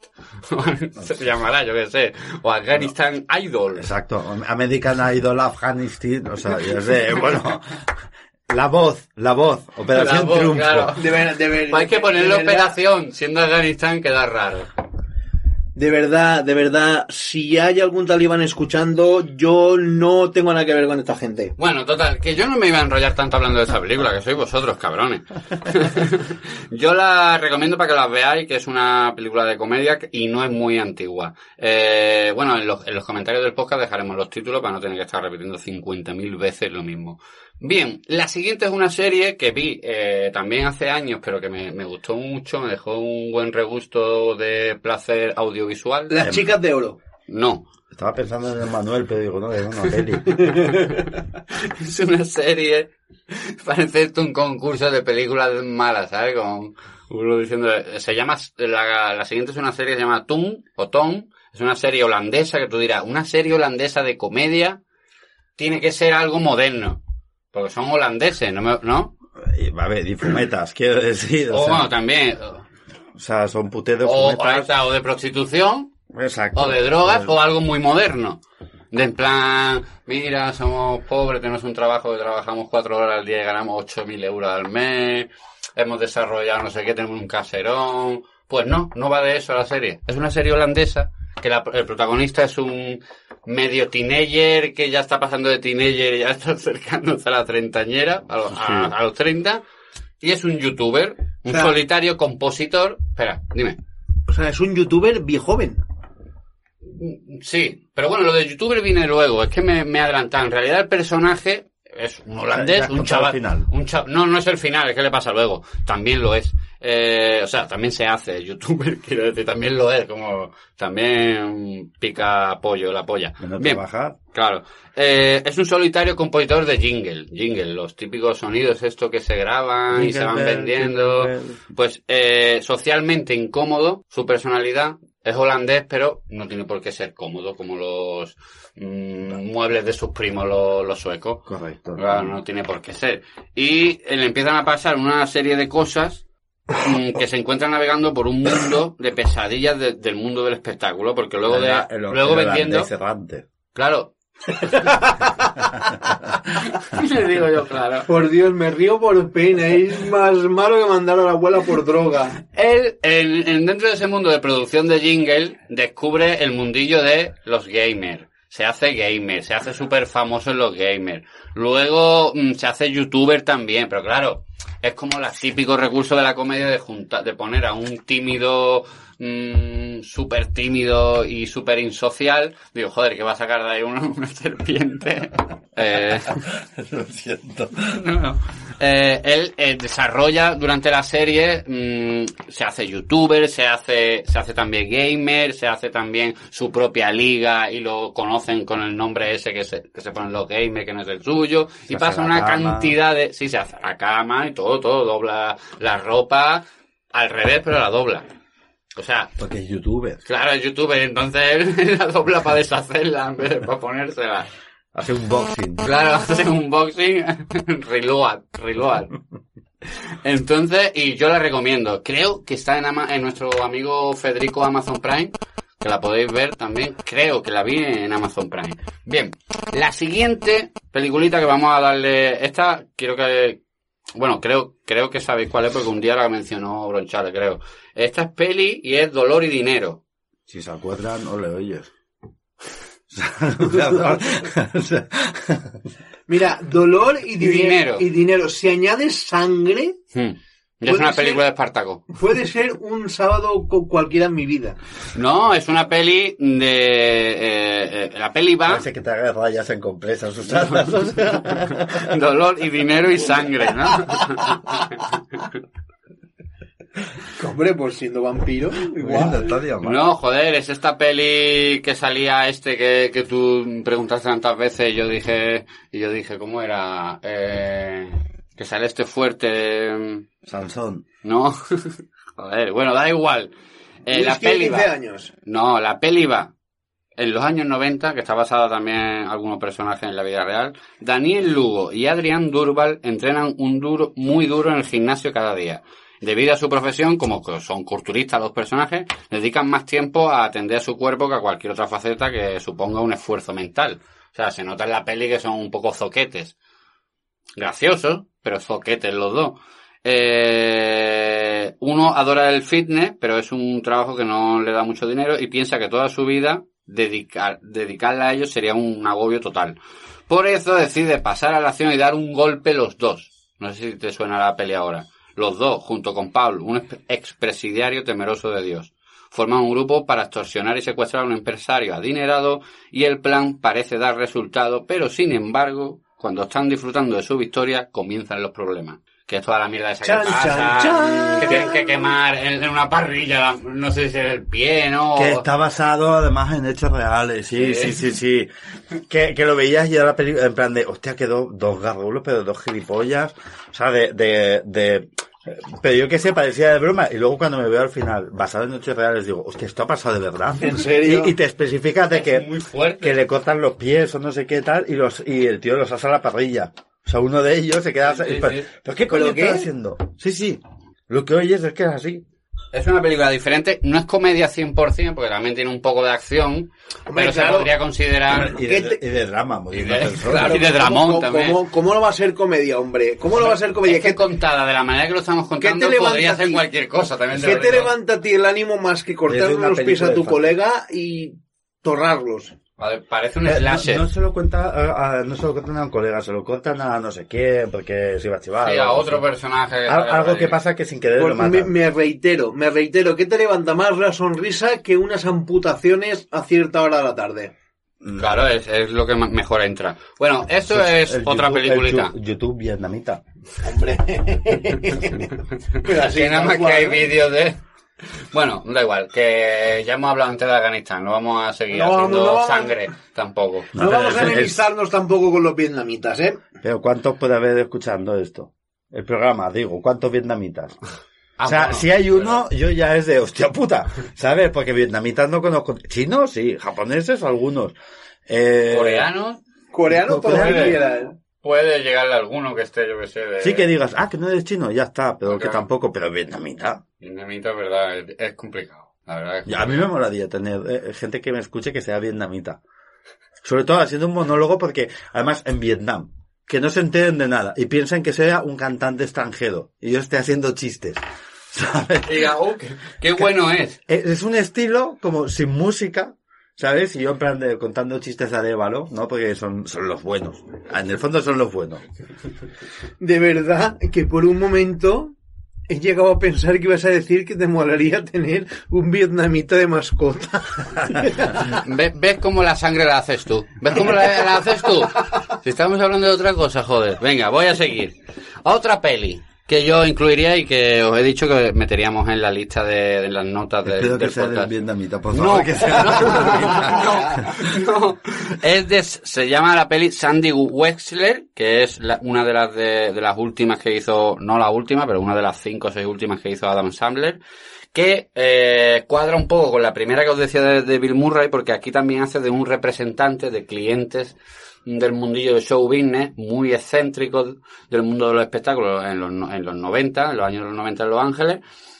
Se llamará, yo qué sé. O Afghanistan Idol. Exacto. American Idol Afghanistan. O sea, yo sé, bueno. La voz, la voz. Operación La voz, Triunfo. claro. De ver- de ver- Hay que ponerle de verdad. operación, siendo Afganistán queda raro. De verdad, de verdad, si hay algún talibán escuchando, yo no tengo nada que ver con esta gente. Bueno, total, que yo no me iba a enrollar tanto hablando de esta película, que sois vosotros, cabrones. Yo la recomiendo para que la veáis, que es una película de comedia y no es muy antigua. Eh, bueno, en los, en los comentarios del podcast dejaremos los títulos para no tener que estar repitiendo cincuenta mil veces lo mismo. Bien, la siguiente es una serie que vi eh, también hace años, pero que me, me gustó mucho, me dejó un buen regusto de placer audiovisual. Las Eh, chicas de oro. No. Estaba pensando en el Manuel, pero digo, no, es una peli. Es una serie, parece esto un concurso de películas malas, ¿sabes? Con uno diciendo, se llama, la, la siguiente es una serie que se llama Toon, o Tom, es una serie holandesa que tú dirás, una serie holandesa de comedia tiene que ser algo moderno. Porque son holandeses, ¿no? Me, ¿no? A ver, y fumetas, quiero decir. O, O sea, bueno, también. o sea, son puteros O, fumetas. o, o de prostitución, Exacto. o de drogas, Pues, o algo muy moderno. De en plan, mira, somos pobres, tenemos un trabajo que trabajamos cuatro horas al día y ganamos ocho mil euros al mes, hemos desarrollado no sé qué, tenemos un caserón. Pues no, no va de eso la serie. Es una serie holandesa que la, el protagonista es un medio teenager que ya está pasando de teenager y ya está acercándose a la treintañera, a, los- a, a los treinta, y es un youtuber, un O sea, solitario compositor. Espera, dime. O sea, es un youtuber viejoven. Sí, pero bueno, lo de youtuber viene luego, es que me, me he adelantado. En realidad el personaje es un Ya holandés, has un contado chaval, el final. un cha- no, no es el final, es que le pasa luego, también lo es. Eh, o sea, también se hace youtuber, quiero decir, también lo es, como también pica pollo la polla. menos Bien, trabajar. claro. Eh, es un solitario compositor de jingle, jingle, los típicos sonidos esto que se graban y se van Jingle bell, vendiendo. jingle bell. Pues eh, socialmente incómodo, su personalidad es holandés, pero no tiene por qué ser cómodo como los mm, muebles de sus primos los, los suecos. Correcto. Claro, no tiene por qué ser. Y eh, le empiezan a pasar una serie de cosas mm, que se encuentra navegando por un mundo de pesadillas de- del mundo del espectáculo, porque luego de Era el- luego el vendiendo, holandés errante. claro. Le digo yo, claro. Por Dios, me río por pena. Es más malo que mandar a la abuela por droga. Él, en, en- dentro de ese mundo de producción de jingle, descubre el mundillo de los gamers. Se hace gamer, se hace súper famoso en los gamers. Luego mm, se hace youtuber también, pero claro, es como el típico recurso de la comedia de juntar, de poner a un tímido, mmm, súper tímido y súper insocial. Digo, joder, que va a sacar de ahí una, una serpiente. Eh, Lo siento. no, no. Eh, él eh, desarrolla durante la serie, mmm, se hace youtuber, se hace, se hace también gamer, se hace también su propia liga y lo conocen con el nombre ese que se, que se ponen los gamers, que no es el suyo, Se y hace pasa la una cama. cantidad de, sí, se hace la cama y todo, todo, dobla la ropa al revés, pero la dobla. O sea, Porque es youtuber. claro, es youtuber, entonces él la dobla para deshacerla en vez de para ponérsela. Hace un boxing. Claro, hace un boxing, reload, reload. Entonces, y yo la recomiendo. Creo que está en, Ama- en nuestro amigo Federico Amazon Prime, que la podéis ver también. Creo que la vi en Amazon Prime. Bien, la siguiente peliculita que vamos a darle, esta quiero que, bueno, creo creo que sabéis cuál es porque un día la mencionó Bronchale, creo. Esta es peli y es Dolor y Dinero. Si se acuerdan, no le oyes. Mira, dolor y, dinero. dinero. Y dinero. Si añades sangre, Hmm. Ya es Puede una ser- película de Espartaco. puede ser un sábado con cualquiera en mi vida. No, es una peli de... Eh, eh, la peli va... Parece que te hagas rayas en compresas, Susana. O sea, Dolor y dinero y sangre, ¿no? Hombre, pues siendo vampiro, bueno, igual. está bien, mal. No, joder, es esta peli que salía este que, que tú preguntaste tantas veces y yo dije, y yo dije, ¿cómo era? Eh, que sale este fuerte, Sansón. ¿no? Joder, bueno, da igual. Eh, la Luis tiene peli quince va, años. no, la peli va en los años noventa, que está basada también en algunos personajes en la vida real. Daniel Lugo y Adrián Durbal entrenan un duro, muy duro en el gimnasio cada día. Debido a su profesión, como que son culturistas los personajes, dedican más tiempo a atender a su cuerpo que a cualquier otra faceta que suponga un esfuerzo mental. O sea, se nota en la peli que son un poco zoquetes. Graciosos, pero zoquetes los dos. Eh, uno adora el fitness, pero es un trabajo que no le da mucho dinero y piensa que toda su vida dedicar, dedicarla a ello sería un agobio total. Por eso decide pasar a la acción y dar un golpe los dos. No sé si te suena la peli ahora. Los dos, junto con Pablo, un expresidiario temeroso de Dios, forman un grupo para extorsionar y secuestrar a un empresario adinerado y el plan parece dar resultado, pero sin embargo, cuando están disfrutando de su victoria, comienzan los problemas. Que es toda la mierda esa Chan, que pasa, chan, chan. que tienen que quemar en, en una parrilla, no sé si es el pie, ¿no? Que está basado además en hechos reales, sí, sí, sí, sí. sí. Que, que lo veías y era película, en plan de, hostia, quedó dos garrulos, pero dos gilipollas, o sea, de, de, de, pero yo que sé, parecía de broma, y luego cuando me veo al final, basado en hechos reales, digo, hostia, esto ha pasado de verdad. ¿En serio? Y, y te especificas de que, muy fuerte. que le cortan los pies o no sé qué tal, y los, y el tío los asa a la parrilla. O sea, uno de ellos se queda... Sí, sí, pero, sí. ¿pero qué coño ¿Pero qué? está haciendo? Sí, sí. Lo que oyes es que es así. Es una película diferente, no es comedia cien por ciento, porque también tiene un poco de acción, Hombre, pero claro. se podría considerar... Y ¿Qué de, te- y de drama, muy Y una de- persona. claro. Y de dramón ¿Cómo, también. ¿cómo, ¿Cómo no va a ser comedia, hombre? ¿Cómo no va a ser comedia? Es que ¿Qué, contada de la manera que lo estamos contando, te levanta podría a ser ti? cualquier cosa. También ¿Qué lo te digo. levanta a ti el ánimo más que cortarle Desde una los pies película a tu de fantasía. colega y torrarlos? Vale, parece un Eh, slasher. No, no se lo cuenta a, a- no se lo cuentan a un colega, se lo cuentan a no sé quién, porque se iba a chivar. Sí, o a algo otro así. personaje. que Al- sale por algo ahí. que pasa que sin querer lo Porque me, matan. me reitero, me reitero, ¿qué te levanta más la sonrisa que unas amputaciones a cierta hora de la tarde? Claro, es, es lo que ma- mejor entra. Bueno, eso es El otra YouTube- peliculita. el Yu- YouTube vietnamita. Hombre. Pero así, que nada más tal que hay cual. vídeos de... Bueno, da igual, que ya hemos hablado antes de Afganistán, no vamos a seguir No vamos, haciendo no vamos. sangre tampoco. No, No, vamos a es- es- enemistarnos tampoco con los vietnamitas, ¿eh? Pero ¿cuántos puede haber escuchando esto? El programa, digo, ¿cuántos vietnamitas? Ah, o sea, bueno, si hay uno, yo ya es de hostia puta, ¿sabes? Porque vietnamitas no conozco. Chinos, sí, japoneses, algunos. Eh, coreanos, Coreano todo lo que Coreano. quieras. puede llegarle alguno que esté, yo que sé, de... Sí que digas, ah, que no eres chino, ya está, pero que Claro. tampoco, pero vietnamita. Vietnamita, verdad, es, es complicado. La verdad es Y a mí me molaría tener eh, gente que me escuche que sea vietnamita. Sobre todo haciendo un monólogo porque, además, en Vietnam, que no se enteren de nada y piensen que sea un cantante extranjero y yo esté haciendo chistes, ¿sabes? Diga, oh, qué, qué bueno es. Es es un estilo como sin música, ¿sabes? Y yo en plan de contando chistes de Arévalo, ¿no? Porque son, son los buenos. En el fondo son los buenos. De verdad que por un momento he llegado a pensar que ibas a decir que te molaría tener un vietnamita de mascota. ¿Ves, ¿Ves cómo la sangre la haces tú? ¿Ves cómo la, la haces tú? Si estamos hablando de otra cosa, joder. Venga, voy a seguir. Otra peli que yo incluiría y que os he dicho que meteríamos en la lista de, de las notas de, Espero que del sea del podcast. vietnamita, por No, favor, que sea del vietnamita. no, no. Es de, se llama la peli Sandy Wexler, que es la- una de las de, de las últimas que hizo, no la última, pero una de las cinco o seis últimas que hizo Adam Sandler, que eh, cuadra un poco con la primera que os decía de, de Bill Murray, porque aquí también hace de un representante de clientes del mundillo de show business, muy excéntrico del mundo de los espectáculos en los, no- en los noventa, en los años de los noventa en Los Ángeles,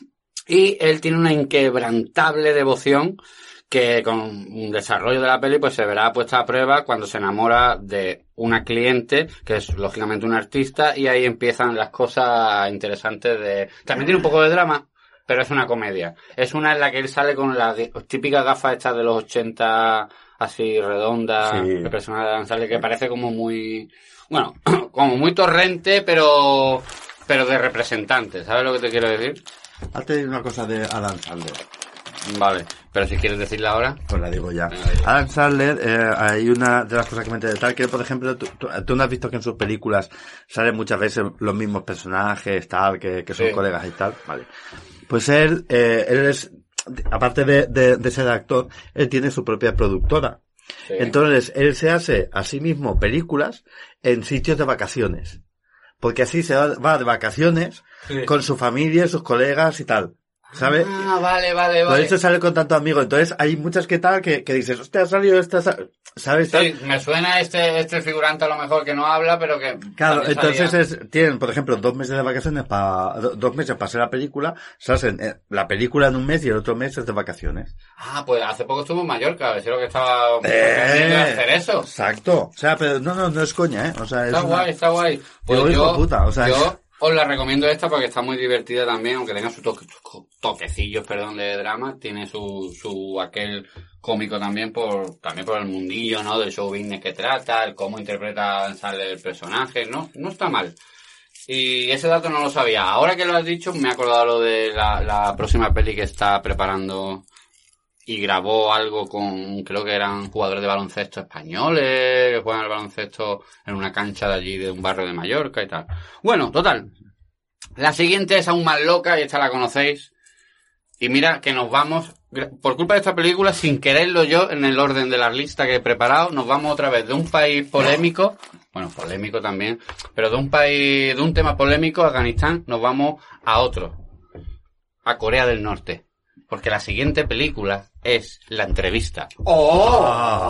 y él tiene una inquebrantable devoción que con un desarrollo de la peli pues se verá puesta a prueba cuando se enamora de una cliente que es lógicamente un artista y ahí empiezan las cosas interesantes de... También tiene un poco de drama, pero es una comedia. Es una en la que él sale con las típicas gafas estas de los ochenta así redondas, Sí. el personaje de Adam Sandler que parece como muy... Bueno, como muy torrente, pero... pero de representante, ¿sabes lo que te quiero decir? Hazte decir una cosa de Adam Sandler. Vale, pero si quieres decirla ahora... Pues la digo ya. Venga, dila. Adam Sandler, eh, hay una de las cosas que me interesa tal, que por ejemplo, tú, tú, tú no has visto que en sus películas salen muchas veces los mismos personajes, tal, que, que son Sí. colegas y tal, vale. Pues él, eh, él es, aparte de, de, de ser actor, él tiene su propia productora. Sí. Entonces, él se hace a sí mismo películas en sitios de vacaciones. Porque así se va, va de vacaciones Sí. con su familia, sus colegas y tal. ¿Sabes? Ah, vale, vale, Por vale. eso sale con tanto amigo. Entonces, hay muchas que tal que, que dices, hostia, ha salido esta, sa-", ¿sabes? Sí, me suena este este figurante a lo mejor que no habla, pero que... Claro, también entonces salía. es, tienen, por ejemplo, dos meses de vacaciones para, dos meses para hacer la película, se hacen eh, la película en un mes y el otro mes es de vacaciones. Ah, pues hace poco estuvo en Mallorca, a ver si lo que estaba... Eh, hacer eso. Exacto. O sea, pero no, no, no es coña, ¿eh? O sea, es Está una- guay, está guay. Digo, hijo puta, o sea, yo, os la recomiendo esta porque está muy divertida también, aunque tenga sus toque, toquecillos, perdón, de drama, tiene su, su aquel cómico también por, también por el mundillo, ¿no? Del show business que trata, el cómo interpreta, sale el personaje, ¿no? No está mal. Y ese dato no lo sabía. Ahora que lo has dicho, me he acordado lo de la, la próxima peli que está preparando y grabó algo con, creo que eran jugadores de baloncesto españoles, que juegan al baloncesto en una cancha de allí, de un barrio de Mallorca y tal. Bueno, total. La siguiente es aún más loca y esta la conocéis. Y mira que nos vamos, por culpa de esta película, sin quererlo yo, en el orden de la lista que he preparado, nos vamos otra vez de un país polémico, bueno, polémico también, pero de un país, de un tema polémico, Afganistán, nos vamos a otro, a Corea del Norte. Porque la siguiente película es La Entrevista. ¡Oh!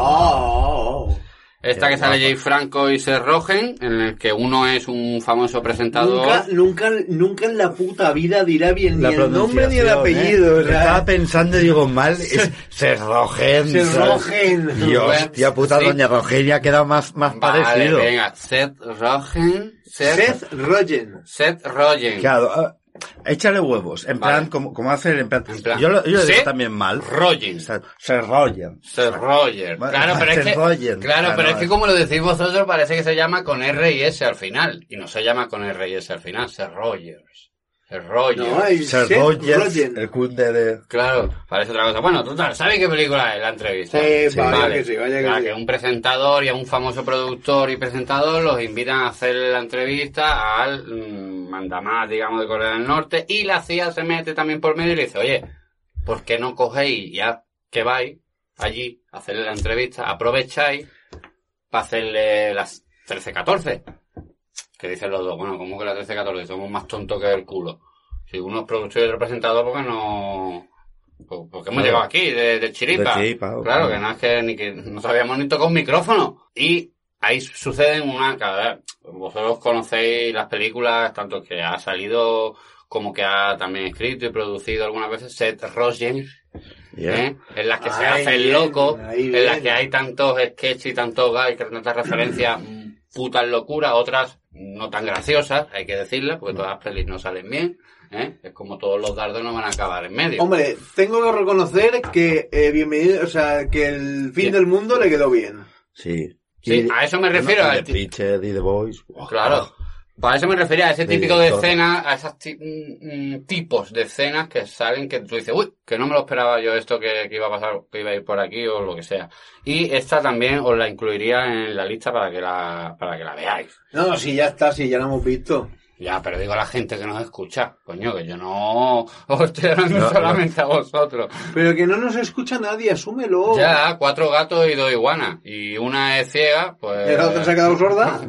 oh, oh. Esta que sale Jay Franco y Seth Rogen, en el que uno es un famoso presentador. Nunca, nunca, nunca en la puta vida dirá bien la ni el nombre ni el apellido. ¿eh? O sea, estaba pensando y digo mal, es Seth Rogen. Seth Rogen. Y hostia puta, sí. Doña Rogen ha quedado más, más vale, parecido. Venga, Seth Rogen. Seth, Seth Rogen. Seth Rogen. Claro, uh, échale huevos, en plan, vale. como, como hacer, en plan, en plan yo lo, yo lo digo Seth también mal. Rogen. Seth Rogen. Seth Rogen. Claro, pero es que, Rogen. claro, claro, pero es que como lo decís vosotros, parece que se llama con R y S al final. Y no se llama con R y S al final, Seth Rogers. Seth Rogers. No, hay Seth Seth Rogers, Rogen. el conde de... Claro, parece otra cosa. Bueno, total, ¿sabéis qué película es La Entrevista? Sí, sí vaya vale. que sí, vaya que Claro, sí. que un presentador y a un famoso productor y presentador los invitan a hacer la entrevista al mmm, mandamás, digamos, de Corea del Norte, y la C I A se mete también por medio y le dice, oye, ¿por qué no cogéis ya que vais allí a hacerle la entrevista, aprovecháis para hacerle las trece catorce? Que dicen los dos, bueno, ¿cómo que la trece catorce? Somos más tontos que el culo. Si uno es productor y otro presentador, ¿por qué no...? Porque hemos llegado aquí, de, de chiripa. De chiripa okay. Claro, que no es que, ni que no sabíamos ni tocar un micrófono. Y ahí suceden una... Cada vez, vosotros conocéis las películas, tanto que ha salido como que ha también escrito y producido algunas veces, Seth Rogen, yeah. ¿eh? En las que ahí se hace el loco, en las que hay tantos sketches y tantos guys, que tantas referencias... putas locuras, otras no tan graciosas, hay que decirlas, porque todas las pelis no salen bien, ¿eh? Es como todos los dardos no van a acabar en medio. Hombre, tengo que reconocer que eh, bienvenido, o sea, que el fin bien. del mundo le quedó bien. Sí. Sí, y, a eso me refiero. No, a The Preacher y The Boys. Oh, claro. Para eso me refería a ese típico de escenas, a esos ti- mm, tipos de escenas que salen que tú dices, uy, que no me lo esperaba yo esto que, que iba a pasar, que iba a ir por aquí o lo que sea. Y esta también os la incluiría en la lista para que la, para que la veáis. No, si ya está, si ya la hemos visto. Ya, pero digo a la gente que nos escucha, coño, que yo no os estoy hablando no, solamente no. a vosotros. Pero que no nos escucha nadie, asúmelo. Ya, cuatro gatos y dos iguanas. Y una es ciega, pues... ¿Y la otra se ha quedado sorda?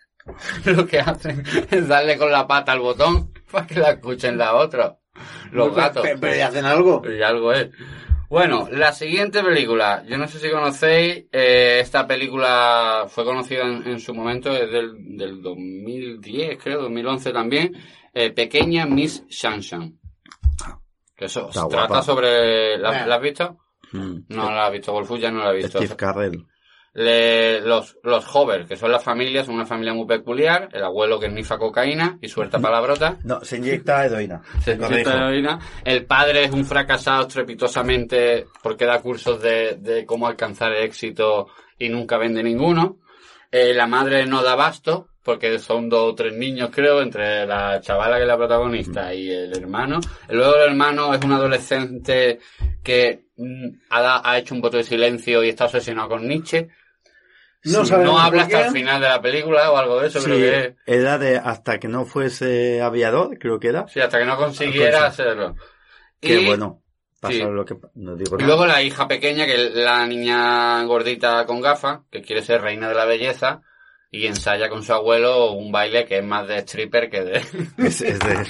Lo que hacen es darle con la pata al botón para que la escuchen la otra. Los gatos. Pero, pero ya hacen algo. Y algo es. Bueno, la siguiente película, yo no sé si conocéis, eh, esta película fue conocida en, en su momento, es del, del dos mil diez, creo, dos mil once también, eh, Pequeña Miss Sunshine. Que eso, Está se guapa. trata sobre... ¿La, ¿la has visto? Mm. No la has visto, Wolfus ya no la ha visto. Steve Carell. Le, los, los Hover, que son las familias, son una familia muy peculiar, el abuelo que esnifa cocaína y suelta palabrotas. No, se inyecta heroína. Se inyecta heroína. El padre es un fracasado estrepitosamente porque da cursos de, de cómo alcanzar el éxito y nunca vende ninguno. Eh, la madre no da abasto porque son dos o tres niños, creo, entre la chavala que es la protagonista y el hermano. Luego el hermano es un adolescente que mm, ha, ha hecho un voto de silencio y está obsesionado con Nietzsche. No, sí, no habla hasta el final de la película o algo de eso, sí, creo que es. Era de hasta que no fuese aviador, creo que era. Sí, hasta que no consiguiera hacerlo. Qué y, bueno. Pasar sí. lo que no digo nada. Y luego la hija pequeña, que es la niña gordita con gafas, que quiere ser reina de la belleza y ensaya con su abuelo un baile que es más de stripper que de es, es de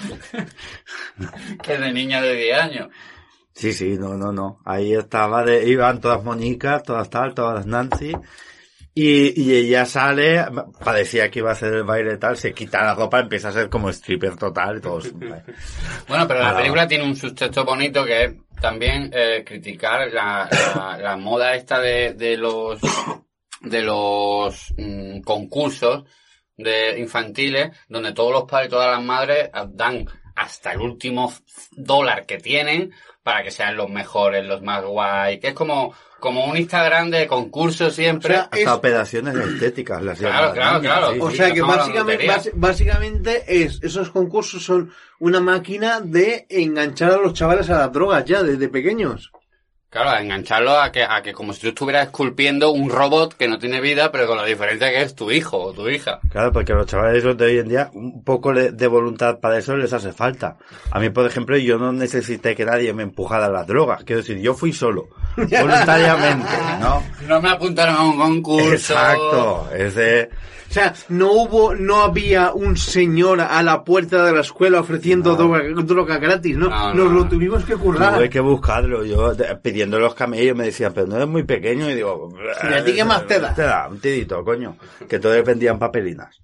que de niña de diez años. Sí, sí, no, no, no. Ahí estaba, de, iban todas Monicas, todas tal, todas Nancy. Y, y ella sale, parecía que iba a hacer el baile tal, se quita la ropa, empieza a ser como stripper total y todo. Bueno, pero la película tiene un subtexto bonito que es también eh, criticar la, la, la moda esta de, de los, de los mmm, concursos de infantiles donde todos los padres y todas las madres dan hasta el último dólar que tienen para que sean los mejores, los más guay, que es como como un Instagram de concursos siempre. O sea, Hasta es... operaciones estéticas. Las Claro, claro, claro. Sí, O sí. sea que estamos básicamente, hablando bas- de básicamente es, esos concursos son una máquina de enganchar a los chavales a las drogas ya desde pequeños. Claro, a engancharlo a que, a que como si tú estuvieras esculpiendo un robot que no tiene vida, pero con la diferencia que es tu hijo o tu hija. Claro, porque a los chavales de hoy en día un poco de voluntad para eso les hace falta. A mí, por ejemplo, yo no necesité que nadie me empujara a las drogas. Quiero decir, yo fui solo, voluntariamente, ¿no? No me apuntaron a un concurso. Exacto, es de... O sea, no hubo, no había un señor a la puerta de la escuela ofreciendo No. droga, droga gratis, ¿no? No, no, Nos lo no. tuvimos que currar. Tuve que buscarlo. Yo, de- pidiendo los camellos, me decían, pero no eres muy pequeño. Y digo, ¿Y a ti qué más te da? Te da, un tidito, coño. Que todos vendían papelinas.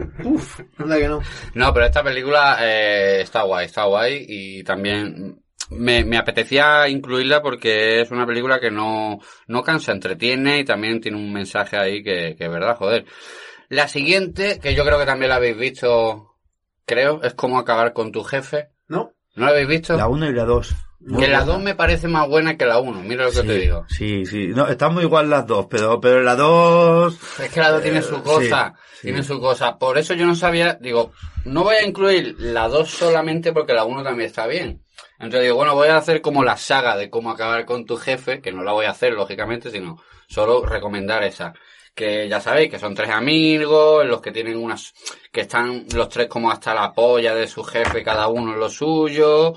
Uf, anda que no. No, pero esta película eh, está guay, está guay y también me, me apetecía incluirla porque es una película que no, no cansa, entretiene y también tiene un mensaje ahí que, que es verdad, joder. La siguiente, que yo creo que también la habéis visto, creo, es Cómo acabar con tu jefe. ¿No? ¿No la habéis visto? La uno y la dos. Muy que la buena. dos me parece más buena que la uno, mira lo que Sí, te digo. Sí, sí. No, están muy igual las dos, pero, pero la dos... Es que la dos tiene su cosa, sí, sí. tiene su cosa. Por eso yo no sabía, digo, no voy a incluir la dos solamente porque la uno también está bien. Entonces digo, bueno, voy a hacer como la saga de Cómo acabar con tu jefe, que no la voy a hacer, lógicamente, sino solo recomendar esa. Que ya sabéis, que son tres amigos, los que tienen unas, que están los tres como hasta la polla de su jefe, cada uno en lo suyo,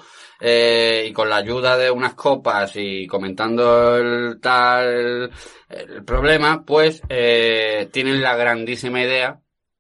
eh, y con la ayuda de unas copas y comentando el tal, el problema, pues, eh, tienen la grandísima idea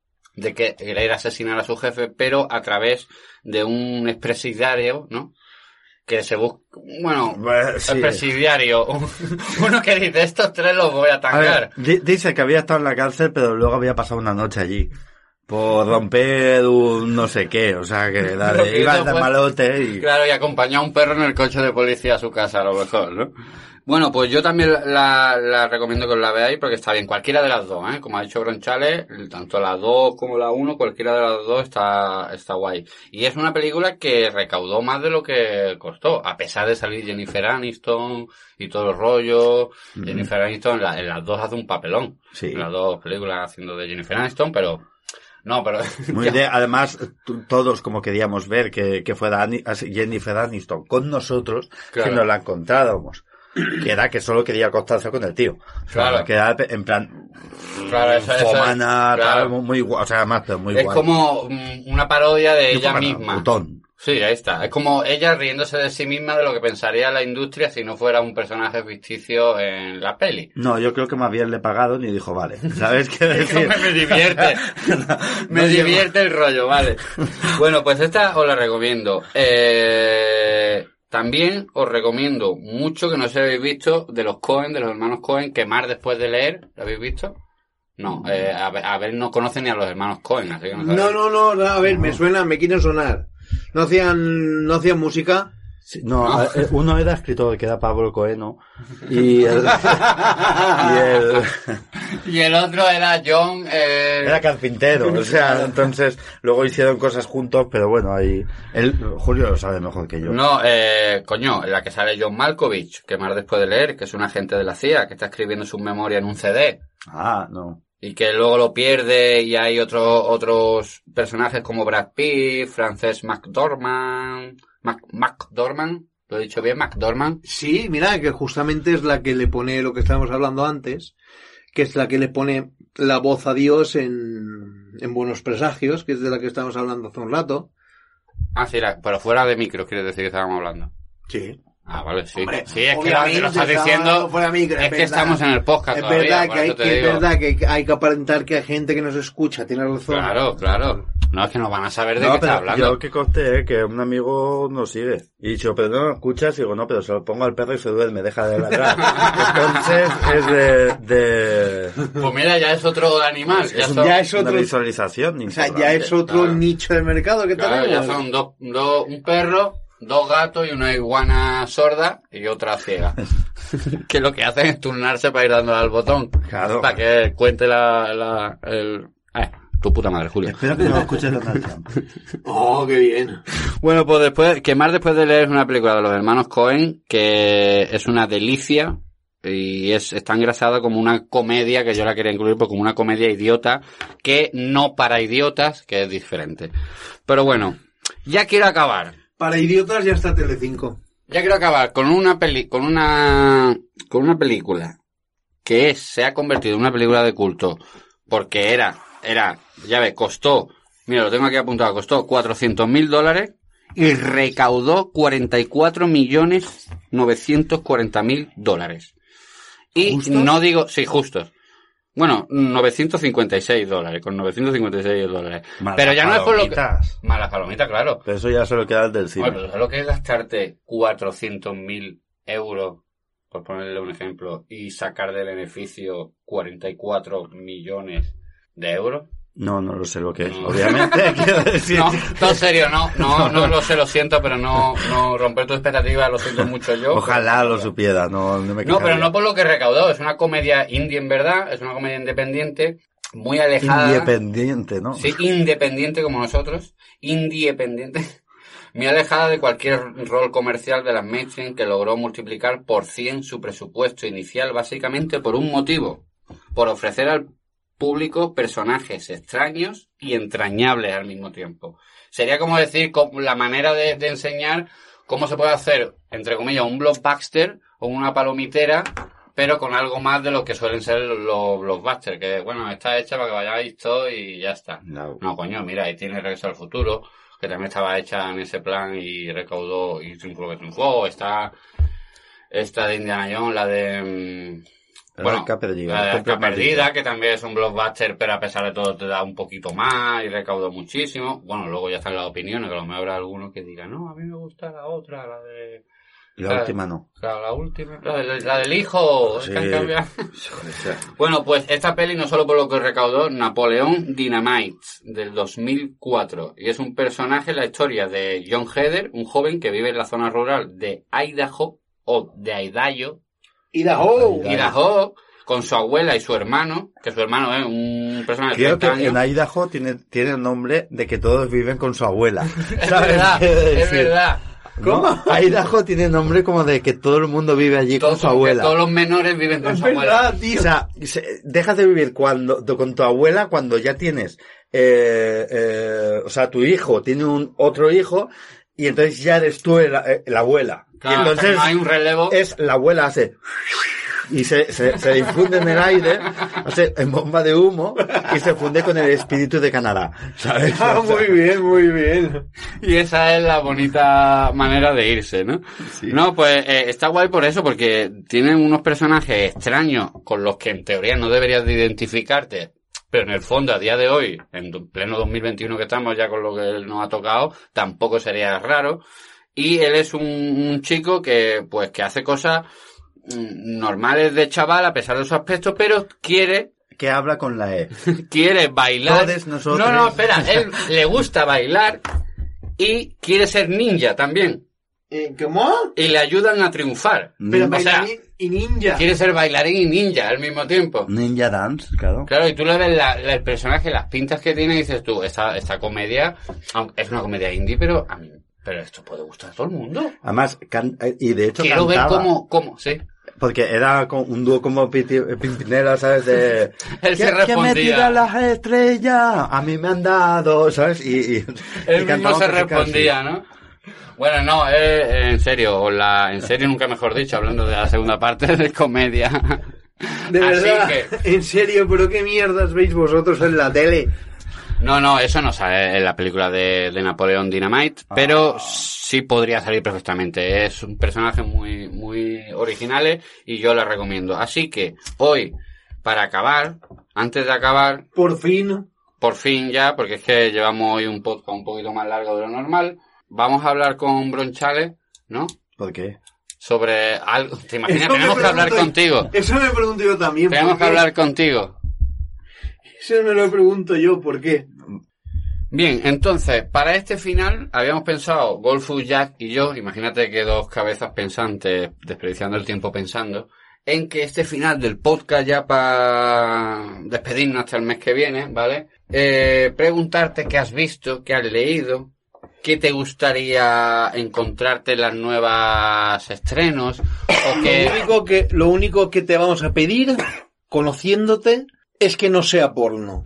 de que querer asesinar a su jefe, pero a través de un expresidiario, ¿no? Que se busca, bueno, Bueno, sí. el presidiario, uno que dice, estos tres los voy a A atacar. ver, di- dice que había estado en la cárcel, pero luego había pasado una noche allí. Por romper un no sé qué, o sea que Lo dale, que iba hizo de fue- malote y... Claro, y acompañó a un perro en el coche de policía a su casa, a lo mejor, ¿no? Bueno, pues yo también la, la recomiendo que os la veáis porque está bien. Cualquiera de las dos, ¿eh? Como ha dicho Bronchales, tanto la dos como la uno, cualquiera de las dos está, está guay. Y es una película que recaudó más de lo que costó, a pesar de salir Jennifer Aniston y todo el rollo. Ujú. Jennifer Aniston en, la- en las dos hace un papelón. Sí. En las dos películas haciendo de Jennifer Aniston, pero... No, pero... Muy de, además, t- todos como queríamos ver que, que fuera Ani- así, Jennifer Aniston con nosotros, Claro. que nos la encontráramos. Que era que solo quería acostarse con el tío. O sea, Claro. que era en plan... Claro, eso- eso es- fomana, claro. tal, muy, muy guay, o sea, más, pero muy Es guay. como mm, una parodia de Muy ella fomana, misma. putón. Sí, ahí está. Es como ella riéndose de sí misma de lo que pensaría la industria si no fuera un personaje ficticio en la peli. No, yo creo que más bien le pagaron y dijo, vale, ¿sabes qué decir? me, me divierte. No, me no divierte el rollo, vale. Bueno, pues esta os la recomiendo. Eh, también os recomiendo mucho, que no sé si habéis visto, de los Coen, de los hermanos Coen, Quemar después de leer. ¿Lo habéis visto? No, eh, a, ver, a ver, no conocen ni a los hermanos Coen, así que no sabéis. No, no, no, a ver, me suena, me quieren sonar. No hacían, no hacían música. Sí, no, eh, uno era escritor, que era Pablo Coeno, y el, y el, Y el otro era John... Eh... era carpintero, o sea, entonces, luego hicieron cosas juntos, pero bueno, ahí, él, Julio lo sabe mejor que yo. No, eh, coño, en la que sale John Malkovich, que más después de leer, que es un agente de la C I A, que está escribiendo su memoria en un C D, Ah, no. y que luego lo pierde, y hay otros otros personajes como Brad Pitt, Frances McDormand, Mac, McDormand, ¿lo he dicho bien? McDormand. Sí, mira, que justamente es la que le pone lo que estábamos hablando antes, que es la que le pone la voz a Dios en, en Buenos Presagios, que es de la que estábamos hablando hace un rato. Ah, sí, la, pero fuera de micro, quiere decir que estábamos hablando. Sí. Ah, vale, sí. Hombre, sí, es que obviamente lo estás estaba diciendo, fuera de micro, es, es que verdad. estamos en el podcast Es todavía, verdad por que hay eso te que, es digo. verdad que hay que aparentar que hay gente que nos escucha, tiene razón. Claro, claro. No, es que no van a saber de No, qué pero está hablando. yo que conté, eh, que un amigo nos sigue. Y dicho, pero no, escuchas, y digo, no, pero se lo pongo al perro y se duerme, deja de ladrar. Entonces, es de, de, Pues mira, ya es otro animal. Ya es, un- son, ya es una otro- visualización O sea, ya importante. es otro claro. nicho de mercado que claro, ya tenemos. son dos, dos, un perro, dos gatos y una iguana sorda y otra ciega. Que lo que hacen es turnarse para ir dándole al botón. Claro. Para que cuente la, la, el, eh, tu puta madre, Julio. Espero que no lo escuches Donald Trump. Oh, qué bien. Bueno, pues después, que más después de leer una película de los hermanos Coen, que es una delicia, y es, está engrasada como una comedia, que yo la quería incluir, pues como una comedia idiota, que no para idiotas, que es diferente. Pero bueno, ya quiero acabar. Para idiotas ya está Telecinco. Ya quiero acabar con una peli, con una, con una película que es, se ha convertido en una película de culto, porque era, era, ya ves, costó, mira, lo tengo aquí apuntado, costó cuatrocientos mil dólares y recaudó cuarenta y cuatro millones novecientos cuarenta mil dólares. Y ¿Justos? no digo, sí, justos. Bueno, novecientos cincuenta y seis dólares, con novecientos cincuenta y seis dólares. Malas Pero ya no es por lo que... palomitas. Malas palomitas, claro. Pero eso ya se lo queda el del cine. Bueno, pero ¿sabes lo que es gastarte cuatrocientos mil euros, por ponerle un ejemplo, y sacar de beneficio cuarenta y cuatro millones de euros? No, no lo sé lo que es. No. Obviamente, quiero decir. No, todo serio, no, no, no lo sé, lo siento, pero no, no romper tu expectativa, lo siento mucho yo. Ojalá lo supiera, no, no me No, quejaría. pero no por lo que recaudó, es una comedia indie en verdad, es una comedia independiente, muy alejada. Independiente, ¿no? Sí, independiente como nosotros, independiente. Muy alejada de cualquier rol comercial de las mainstream, que logró multiplicar por cien su presupuesto inicial básicamente por un motivo, por ofrecer al público personajes extraños y entrañables al mismo tiempo. Sería como decir la manera de, de enseñar cómo se puede hacer, entre comillas, un blockbuster o una palomitera, pero con algo más de lo que suelen ser los blockbusters, que bueno, está hecha para que vayáis todo y ya está. No. No, coño, mira, ahí tiene Regreso al Futuro, que también estaba hecha en ese plan y recaudó y triunfó que triunfó. Está esta de Indiana Jones, la de... El Bueno, Arca Perdida, la de el Arca Templo Perdida, Maldito. que también es un blockbuster, pero a pesar de todo te da un poquito más y recaudó muchísimo. Bueno, luego ya están las opiniones, que a lo mejor habrá alguno que diga, no, a mí me gusta la otra, la de... La la, última no. La, la última, la, de, la del hijo, Sí. que han cambiado. Bueno, pues esta peli, no solo por lo que recaudó, Napoleón Dynamite, del dos mil cuatro. Y es un personaje en la historia de John Heder, un joven que vive en la zona rural de Idaho, o de Idaho, Idaho. Idaho, con su abuela y su hermano, que su hermano es un personaje de Creo que treinta años. en Idaho tiene, tiene el nombre de que todos viven con su abuela. Es ¿Sabes verdad, qué es decir? verdad. ¿Cómo? Idaho tiene nombre como de que todo el mundo vive allí Todos, con su abuela. todos los menores viven con Es su abuela. verdad, tío. O sea, se- dejas de vivir cuando con tu abuela cuando ya tienes, eh, eh, o sea, tu hijo tiene un otro hijo y entonces ya eres tú el- eh, la abuela. Claro, y hasta entonces que no hay un relevo. es la abuela hace y se, se, se difunde en el aire, hace en bomba de humo y se funde con el espíritu de Canadá, ¿sabes? Ah, O sea, muy bien, muy bien. Y esa es la bonita manera de irse, ¿no? Sí. No, pues eh, está guay por eso, porque tienen unos personajes extraños con los que en teoría no deberías de identificarte, pero en el fondo a día de hoy, en pleno dos mil veintiuno que estamos ya con lo que nos ha tocado, tampoco sería raro. Y él es un, un chico que, pues, que hace cosas mm, normales de chaval a pesar de su aspecto, pero quiere que habla con la E. quiere bailar. Todos nosotros. No, no, espera, él le gusta bailar y quiere ser ninja también. Eh, ¿Cómo? Y le ayudan a triunfar. Pero O sea, bailarín y ninja. quiere ser bailarín y ninja al mismo tiempo. Ninja Dance, claro. Claro, y tú le ves la, la- el personaje, las pintas que tiene y dices tú, esta, esta comedia, aunque es una comedia indie, pero a mí, pero esto puede gustar a todo el mundo. Además, can- y de hecho Quiero cantaba. ver cómo, cómo, sí. Porque era con un dúo como Piti- Pimpinela, ¿sabes? De... Él ¿Qué- se ¿Qué me respondía. tira las estrellas? A mí me han dado, ¿sabes? Y, y, Él y mismo cantaba se casi, respondía, ¿no? Bueno, no, eh, en serio, o la, en serio nunca mejor dicho, hablando de la segunda parte de comedia. De Así verdad, que- en serio, pero qué mierdas veis vosotros en la tele. No, no, eso no sale en la película de, de Napoleón Dynamite, Ah. pero sí podría salir perfectamente. Es un personaje muy, muy original y yo la recomiendo. Así que hoy, para acabar, antes de acabar, Por fin. por fin ya, porque es que llevamos hoy un podcast un poquito más largo de lo normal, vamos a hablar con Bronchales, ¿no? ¿Por qué? Sobre algo. ¿Te imaginas? Eso me Tenemos que hablar pregunto- contigo. Eso me pregunto yo también. ¿por Tenemos que qué? hablar contigo. Eso me lo pregunto yo, ¿por qué? Bien, entonces, para este final habíamos pensado, Golfu, Jack y yo, imagínate que dos cabezas pensantes, desperdiciando el tiempo pensando, en que este final del podcast, ya para despedirnos hasta el mes que viene, ¿vale? Eh, preguntarte qué has visto, qué has leído, qué te gustaría encontrarte en las nuevas estrenos, o que... Lo único que, lo único que te vamos a pedir, conociéndote, es que no sea porno.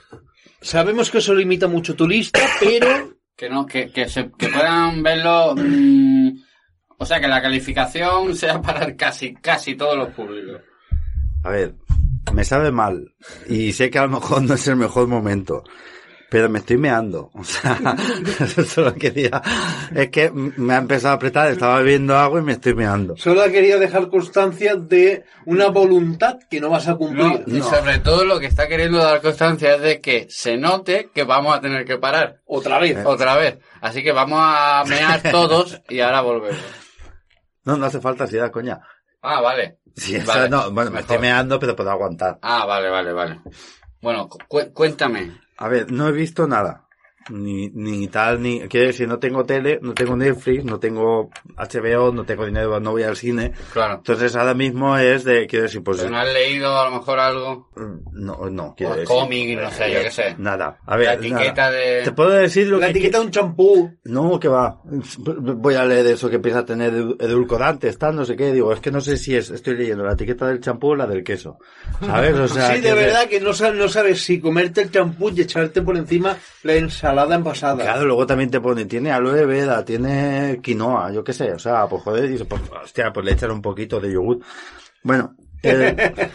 Sabemos que eso limita mucho tu lista, pero... Que no, que, que, se, que puedan verlo... Mmm, o sea, que la calificación sea para casi, casi todos los públicos. A ver, me sabe mal. Y sé que a lo mejor no es el mejor momento. Pero me estoy meando. O sea, solo quería... Es que me ha empezado a apretar, estaba bebiendo agua y me estoy meando. Solo quería dejar constancia de una voluntad que no vas a cumplir. No, y sobre todo lo que está queriendo dar constancia es de que se note que vamos a tener que parar. Otra vez. Otra vez. Así que vamos a mear todos y ahora volvemos. No, no hace falta, si da coña. Ah, vale. Sí, eso Vale, no, bueno, me mejor. estoy meando, pero puedo aguantar. Ah, vale, vale, vale. Bueno, cu- cuéntame. A ver, no he visto nada. Ni, ni tal, ni... Quiero decir, no tengo tele, no tengo Netflix, no tengo H B O, no tengo dinero, no voy al cine. Claro. Entonces ahora mismo es de... Quiero decir, pues... ¿Pero no has leído a lo mejor algo? No, no, quiero O decir... cómic, no sé, yo qué sé. Nada. A La ver, etiqueta nada. de... Te puedo decir lo La que... etiqueta de un champú. No, que va. Voy a leer eso que empieza a tener edulcorantes, tal, no sé qué. Digo, es que no sé si es... Estoy leyendo la etiqueta del champú o la del queso. ¿Sabes? O sea... Sí, que de verdad que no sabes, no sabes si comerte el champú y echarte por encima la ensalada envasada. Claro, luego también te pone, tiene aloe vera, tiene quinoa, yo qué sé, o sea, pues joder, dices, pues, hostia, pues le echan un poquito de yogur. Bueno, eh,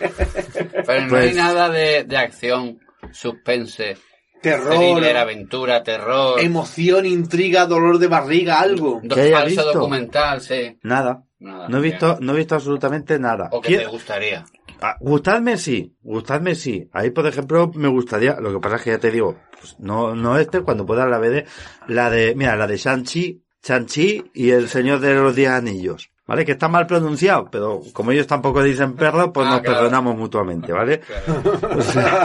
Pero no pues- hay nada de, de acción, suspense, Terror, thriller, aventura, terror, emoción, intriga, dolor de barriga, algo. do- ¿Que haya falso visto? documental, sí. nada. Nada, No he visto, bien. no he visto absolutamente nada. O que Quiero- te gustaría. Ah, gustadme sí, gustadme sí. Ahí, por ejemplo, me gustaría, lo que pasa es que ya te digo, pues no, no este, cuando pueda la veré, la de, mira, la de Shang-Chi, Shang-Chi y el Señor de los Diez Anillos. ¿Vale? Que está mal pronunciado, pero como ellos tampoco dicen perro, pues Ah, nos claro. perdonamos mutuamente, ¿vale? Claro. O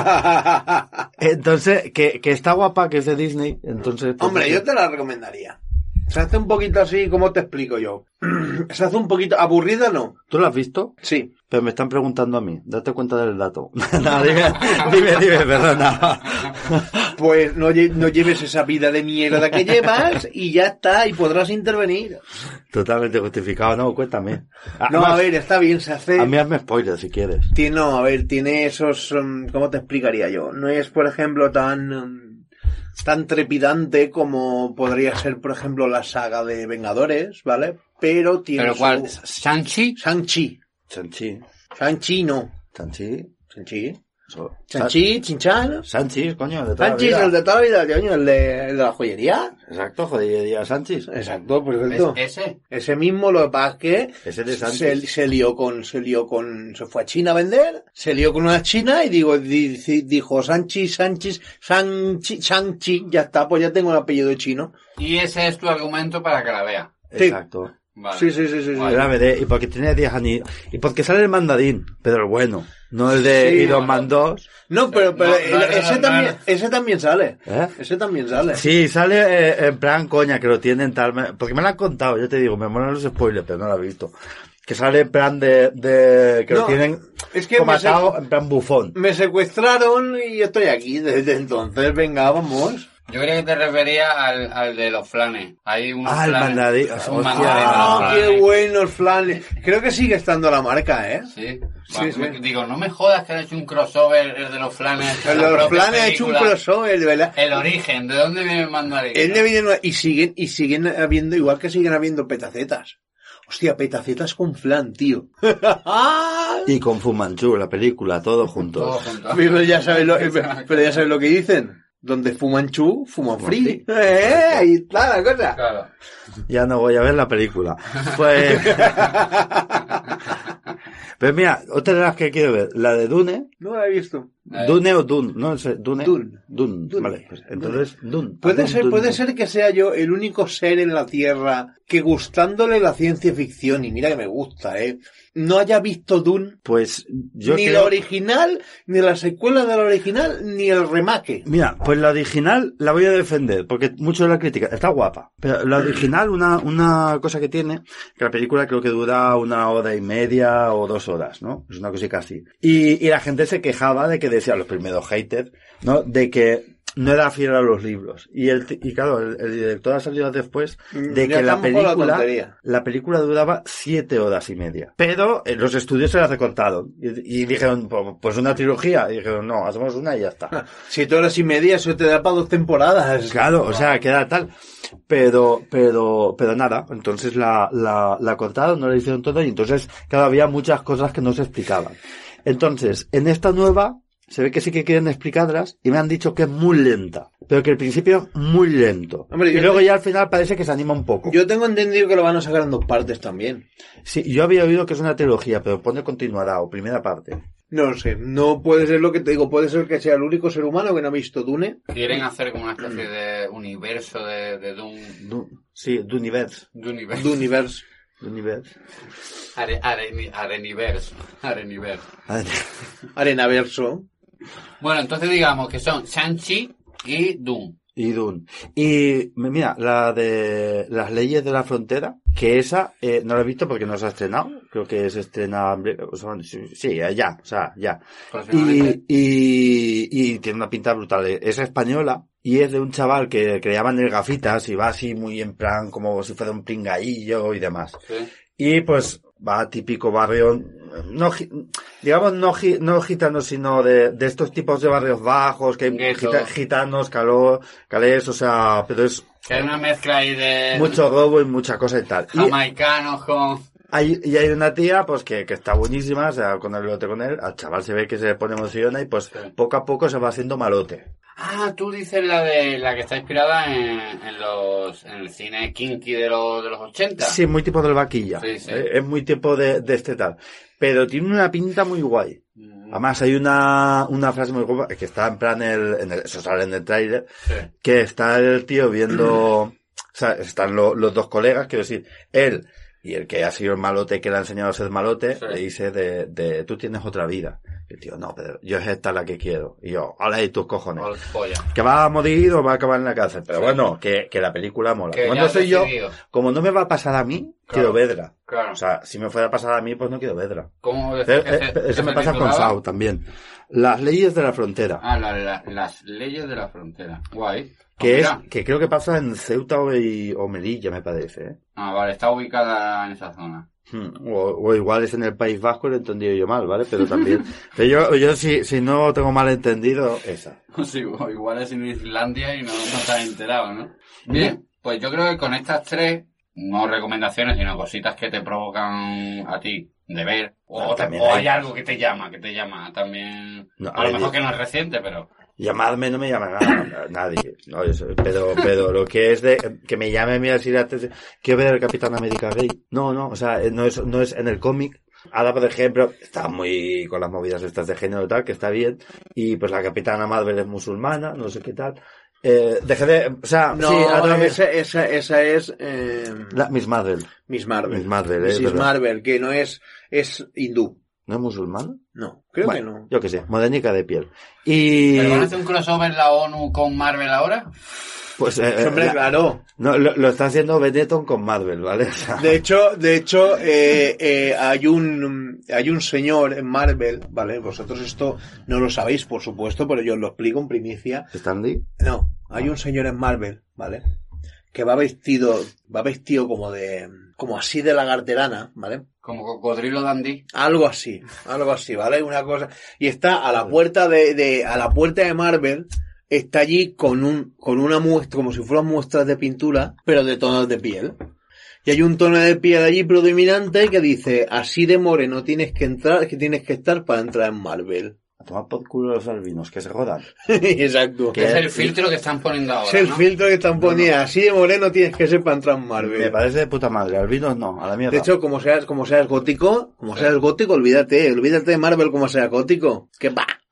sea, entonces, que, que está guapa, que es de Disney, entonces... pues, Hombre, yo te la recomendaría. Se hace un poquito así, ¿cómo te explico yo? Se hace un poquito... ¿Aburrida no? ¿Tú lo has visto? Sí. Pero me están preguntando a mí, date cuenta del dato. No, dime, dime, dime, perdona. Pues no, lle- no lleves esa vida de mierda que llevas y ya está, y podrás intervenir. Totalmente justificado, no, cuéntame. Ah, No, más, a ver, está bien, se hace... a mí hazme spoiler si quieres. Tiene, no, a ver, tiene esos... um, ¿cómo te explicaría yo? No es, por ejemplo, tan... um, tan trepidante como podría ser, por ejemplo, la saga de Vengadores, ¿vale? Pero tiene ¿Pero cuál? su... ¿Shang-Chi? Shang-Chi. Chanchi, Shang-Chi no. Chanchi, Shang-Chi. eso. Shang-Chi, Chin-Chan. Sanchis, coño, de toda la Shang-Chi es vida. el de toda la vida, coño, el de, el de la joyería. Exacto, joder, Sanchis. Exacto, perfecto. ¿Es ese? Ese mismo, lo que pasa es que Ese de Sanchis. se, se lió con, se lió con, se fue a China a vender, se lió con una china y digo, di- di- dijo Sanchi, Sanchis, Shang-Chi, Shang-Chi, ya está, pues ya tengo un apellido chino. Y ese es tu argumento para que la vea. Sí. Exacto. Vale. Sí, sí, sí, sí, sí. Vale. Yo la veré, y porque tiene diez años. Y porque sale el mandarín, pero el bueno. No el de Sí, Iron no, Man dos. No, pero, pero No, eh, no, no, ese no, también, no. ese también sale. ¿Eh? Ese también sale. Sí, sale eh, en plan coña, que lo tienen tal... me- Porque me lo han contado, yo te digo, me molan los spoilers, pero no lo he visto. Que sale en plan de... de que No, lo tienen es que como me, se- atado en plan bufón. me secuestraron y estoy aquí desde entonces, venga, vamos. Yo creía que te refería al, al de los flanes. Hay unos Ah, el flanes. mandarín. Un Hostia. mandarín de los Ah, flanes. qué buenos flanes. Creo que sigue estando la marca, ¿eh? Sí. Sí, Bueno, sí. me- Digo, no me jodas que han hecho un crossover el de los flanes. El la de los propia planes ha hecho un película. crossover, de verdad. El origen, ¿de dónde viene el mandarín? Él le viene- y siguen, y siguen habiendo, igual que siguen habiendo petacetas. Hostia, petacetas con flan, tío. Y con Fu Manchu, la película, todos juntos. Todo junto. Pero ya sabes lo, pero ya sabes lo que dicen. Donde fuman chu, fuman free. Eh, ahí está la cosa. Claro. Ya no voy a ver la película. Pues... Pues mira, otra de las que quiero ver, la de Dune, No la he visto. Eh, Dune o Dune, no sé, Dune. Dune. Dune, Dune. vale. Pues, entonces, Dune. Puede Dune, ser, Dune, puede Dune. ser que sea yo el único ser en la Tierra que, gustándole la ciencia ficción, y mira que me gusta, eh, no haya visto Dune, Pues yo ni creo... la original, ni la secuela de la original, ni el remake. Mira, pues la original la voy a defender, porque mucho de la crítica está guapa, pero la original, una, una cosa que tiene, que la película creo que dura una hora y media o dos horas, ¿no? Es una cosita así. Y, y la gente se quejaba de que decía, los primeros haters, ¿no? De que no era fiel a los libros. Y el, y claro, el, el director ha salido después de Ya que la estamos con la película, tontería. la película duraba siete horas y media. Pero eh, los estudios se las recortaron. Y, y dijeron, pues, pues una trilogía. Y dijeron, no, hacemos una y ya está. Siete horas y media, eso te da para dos temporadas. Claro, o sea, queda tal. Pero, pero, pero nada. Entonces la, la, la cortaron, no la hicieron todo. Y entonces, claro, había muchas cosas que no se explicaban. Entonces, en esta nueva, se ve que sí que quieren explicarlas y me han dicho que es muy lenta, pero que al principio es muy lento. Hombre, y yo luego te- ya al final parece que se anima un poco. Yo tengo entendido que lo van a sacar en dos partes también. Sí, yo había oído que es una trilogía, pero pone continuará o primera parte. No lo sé, no puede ser lo que te digo, puede ser que sea el único ser humano que no ha visto Dune. Quieren hacer como una especie de universo de, de Doom. Du- sí, Duniverse. De universo. Duniverse. Duniverse. Are, areni- areniverso. Areniverso. Arenaverso. Bueno, entonces digamos que son Shang-Chi y Doom. Y Dune. Y mira, la de las leyes de la frontera, que esa eh, no la he visto porque no se ha estrenado. Creo que se estrena, en breve, o sea, sí, sí, ya, o sea, ya. Próximamente. Y, y, y tiene una pinta brutal. Es española y es de un chaval que, que le llaman el Gafitas y va así muy en plan como si fuera un pringaillo y demás. Sí. Y pues va típico barrio, no, gi- digamos no, gi- no gitanos, sino de, de estos tipos de barrios bajos, que hay Gueto. gita- gitanos, calor, calés, o sea, pero es Que hay una mezcla ahí de mucho robo y mucha cosa y tal. Y jamaicanos con... hay, y hay una tía, pues que, que está buenísima, o sea, con el lote con él, al chaval se ve que se le pone emociona y pues Sí. poco a poco se va haciendo malote. Ah, tú dices la de la que está inspirada en, en los en el cine kinky de los de los ochenta. Sí, muy tipo del vaquilla. Sí, sí. Eh, Es muy tipo de, de este tal. Pero tiene una pinta muy guay. Mm, Además hay una, una frase muy guapa, que está en plan el, en el, eso sale en el tráiler, sí. que está el tío viendo, o sea, están lo- los dos colegas, quiero decir, él y el que ha sido el malote que le ha enseñado a ser malote, Sí. le dice de, de, tú tienes otra vida. Y el tío, no, pero yo es esta la que quiero. Y yo, hala y tus cojones. Ol- polla. Que va a morir o va a acabar en la cárcel. Pero Sí. bueno, que, que la película mola. Que Como ya no has soy yo, decidido. como no me va a pasar a mí, Claro. quiero verla. Claro. O sea, si me fuera a pasar a mí, pues no quiero verla. ¿Cómo Eh, decir que eh, se- eso que me se pasa con titulaba? Sao también. Las leyes de la frontera. Ah, la- la- las leyes de la frontera. Guay. Que Ah, es, mira. que creo que pasa en Ceuta o, y- o Melilla, me parece, ¿eh? Ah, vale, está ubicada en esa zona. Hmm, O, o igual es en el País Vasco, lo he entendido yo mal, ¿vale? Pero también, pero yo, yo si, si no tengo mal entendido, esa. Sí, o igual es en Islandia y no, no te has enterado, ¿no? Bien, pues yo creo que con estas tres, no recomendaciones, sino cositas que te provocan a ti de ver, o, Ah, te- también o hay- hay algo que te llama, que te llama también. No, a lo hay- mejor que no es reciente, pero... Llamadme no me llama nada, nadie, no, yo sé, pero, pero lo que es de, que me llame, mira, si antes, quiero ver el Capitán América gay. No, no, o sea, no es, no es en el cómic. Ahora, por ejemplo, está muy con las movidas estas de género y tal, que está bien, y pues la Capitana Marvel es musulmana, no sé qué tal. Eh, dejé de, o sea, No, sí, a través- esa, esa, esa es eh, la, Miss Marvel, Miss Marvel. Miss Marvel, eh, Missus verdad. Marvel, que no es, es hindú. ¿No es musulmana? No, creo Bueno, que no. yo qué sé, morenica de piel. Y, ¿Pero van a hacer un crossover la ONU con Marvel ahora? pues, eh, Hombre, la- claro. no, lo, lo está haciendo Benetton con Marvel, ¿vale? O sea, De hecho, de hecho, eh, eh, hay un, hay un señor en Marvel, ¿vale? Vosotros esto no lo sabéis, por supuesto, pero yo os lo explico en primicia. Stanley, No, hay un señor en Marvel, ¿vale? Que va vestido, va vestido como de, como así de lagarterana, ¿vale? Como Cocodrilo Dandy. Algo así, algo así, ¿vale? Una cosa. Y está a la puerta de, de, a la puerta de Marvel, está allí con un, con una muestra, como si fueran muestras de pintura, pero de tonos de piel. Y hay un tono de piel allí predominante que dice, así de moreno tienes que entrar, que tienes que estar para entrar en Marvel. a tomar por culo los albinos, que se jodan. Exacto. Que es el filtro que están poniendo ahora, Es el ¿no? filtro que están poniendo, así de moreno tienes que ser para entrar en Me Marvel. parece de puta madre, albinos no, a la mierda. De hecho, como seas, como seas gótico, como seas gótico, olvídate, olvídate de Marvel como sea gótico. Que va.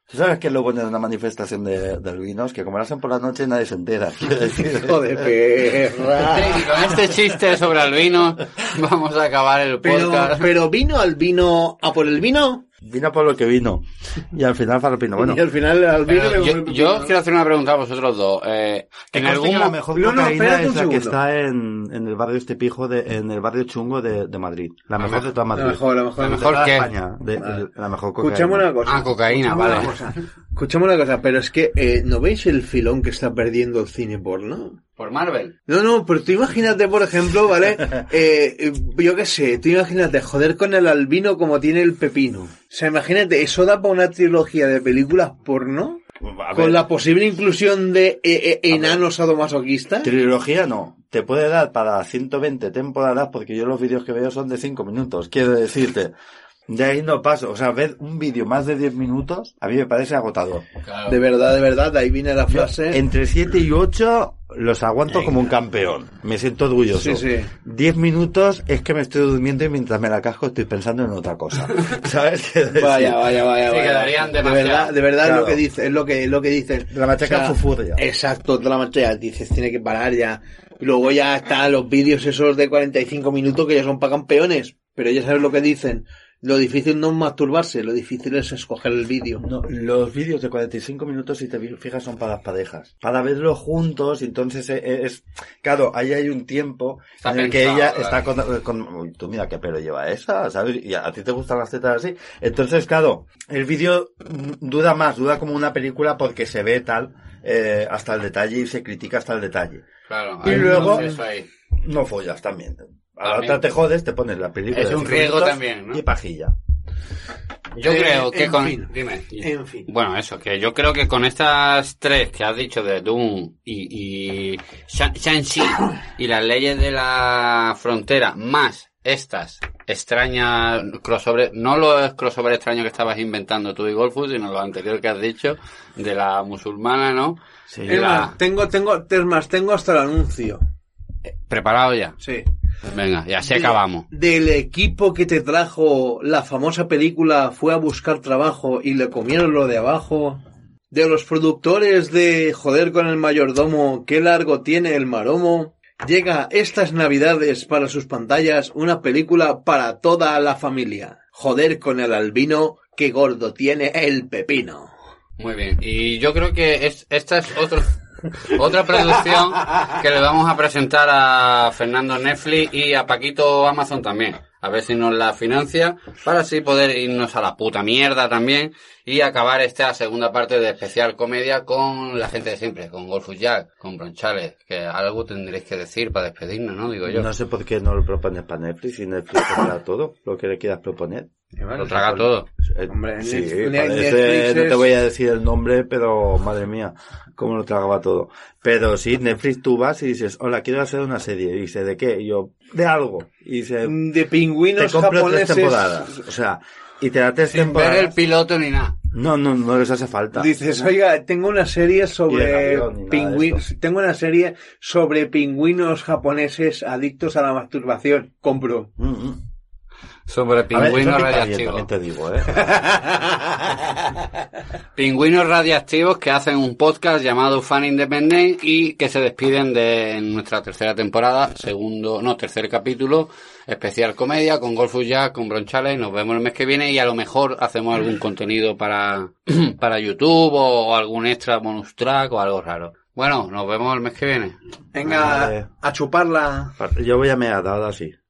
¿Tú sabes qué es lo bueno de una manifestación de, de albinos? Que como lo hacen por la noche nadie se entera. Quiero decir. Hijo de perra. Y con este chiste sobre albinos vamos a acabar el Pero, podcast. pero vino al vino a por el vino. Vino por lo que vino. Y al final para el pino. Bueno. Y al final al vino Pero le yo, comió el yo pepino. quiero hacer una pregunta a vosotros dos. Eh, Que en conste algún que la mo- mejor No, no, cocaína espérate un es la que segundo. está en, en el barrio este pijo de, en el barrio chungo de, de Madrid. La mejor de toda La Madrid. mejor, la mejor. La De mejor toda que- España. De, de- la mejor cocaína. Escuchamos una cosa. Ah, cocaína, Escuchamos vale. una cosa. Escuchamos una cosa, pero es que, eh, ¿no veis el filón que está perdiendo el cine porno? Por Marvel. No, no, pero tú imagínate, por ejemplo, ¿vale? Eh, eh, yo qué sé, tú imagínate joder con el albino como tiene el pepino. O sea, imagínate, eso da para una trilogía de películas porno A ver, con la posible inclusión de eh, eh, enanos sadomasoquistas. trilogía no. Te puede dar para ciento veinte temporadas porque yo los vídeos que veo son de cinco minutos. Quiero decirte. De ahí no paso. O sea, ver un vídeo más de diez minutos a mí me parece agotador. Claro. De verdad, de verdad, de ahí viene la Yo, frase. entre siete y ocho los aguanto Venga. como un campeón. Me siento orgulloso. Sí, sí. diez minutos es que me estoy durmiendo y mientras me la casco estoy pensando en otra cosa. ¿Sabes? Quiero decir, Vaya, vaya, vaya, Sí, vaya. quedarían de demasiado. verdad, de verdad Claro. es lo que dice, es lo que, es lo que dicen. La machaca fufurria. Exacto, toda la machaca. Dices, tiene que parar ya. Y luego ya están los vídeos esos de cuarenta y cinco minutos que ya son para campeones. Pero ya sabes lo que dicen. Lo difícil no es masturbarse, lo difícil es escoger el vídeo. No, los vídeos de cuarenta y cinco minutos, si te fijas, son para las parejas. Para verlos juntos, entonces es, es- claro, ahí hay un tiempo Está en el que pensado, ella claro. está con, con- uy, tú mira qué pelo lleva esa, ¿sabes? Y a, a ti te gustan las tetas así. Entonces, claro, el vídeo mm, dura más, dura como una película porque se ve tal, eh, hasta el detalle y se critica hasta el detalle. Claro. Y hay luego- un proceso ahí. No follas también. A la También. otra te jodes, te pones la película. Es de un cinco riesgo minutos también, ¿no? Y pajilla. Yo Eh, creo que en con... fin. Dime. En fin. Bueno, eso, que yo creo que con estas tres que has dicho de Doom y, y Shan- Shang-Chi y las leyes de la frontera, más estas extrañas crossover, no los crossover extraños que estabas inventando tú y Golfus, sino lo anterior que has dicho de la musulmana, ¿no? Sí. Es la- más, tengo, tengo, es más, tengo hasta el anuncio. ¿Preparado ya? Sí. Venga, y así De- acabamos. Del equipo que te trajo la famosa película Fue a buscar trabajo y le comieron lo de abajo. De los productores de Joder con el mayordomo, qué largo tiene el maromo. Llega estas navidades para sus pantallas una película para toda la familia. Joder con el albino, qué gordo tiene el pepino. Muy bien. Y yo creo que es, esta es otro, otra producción que le vamos a presentar a Fernando Netflix y a Paquito Amazon también. A ver si nos la financia para así poder irnos a la puta mierda también y acabar esta segunda parte de especial comedia con la gente de siempre, con Golfus Jack, con Bronchales, que algo tendréis que decir para despedirnos, ¿no? Digo yo. No sé por qué no lo propones para Netflix y Netflix tendrá todo lo que le quieras proponer. Lo traga todo. Eh, Hombre, sí, Netflix- parece- Netflix no te es- voy a decir el nombre, pero madre mía, cómo lo tragaba todo. Pero sí, Netflix tú vas y dices, hola, quiero hacer una serie. Y dice, ¿de qué? Y yo, de algo. Y dice, De te pingüinos compro tres japoneses. temporadas. O sea, y te da tres Sin ver temporadas. el piloto ni nada. No, no, no les hace falta. Dices, oiga, tengo una serie Y de sobre avión, ni nada de pingüinos, tengo una serie sobre pingüinos japoneses adictos a la masturbación. Compro. Mm, mm. Sobre A ver, eso pingüinos pinta bien, radiactivos. también te digo, ¿eh? Pingüinos radiactivos que hacen un podcast llamado Fan Independent y que se despiden de nuestra tercera temporada, segundo, no, tercer capítulo, especial comedia con Golfus Jack, con Bronchales. Nos vemos el mes que viene y a lo mejor hacemos algún contenido para, para YouTube o algún extra bonus track o algo raro. Bueno, nos vemos el mes que viene. Venga, Vale. a chuparla. Yo voy a mear, ahora sí.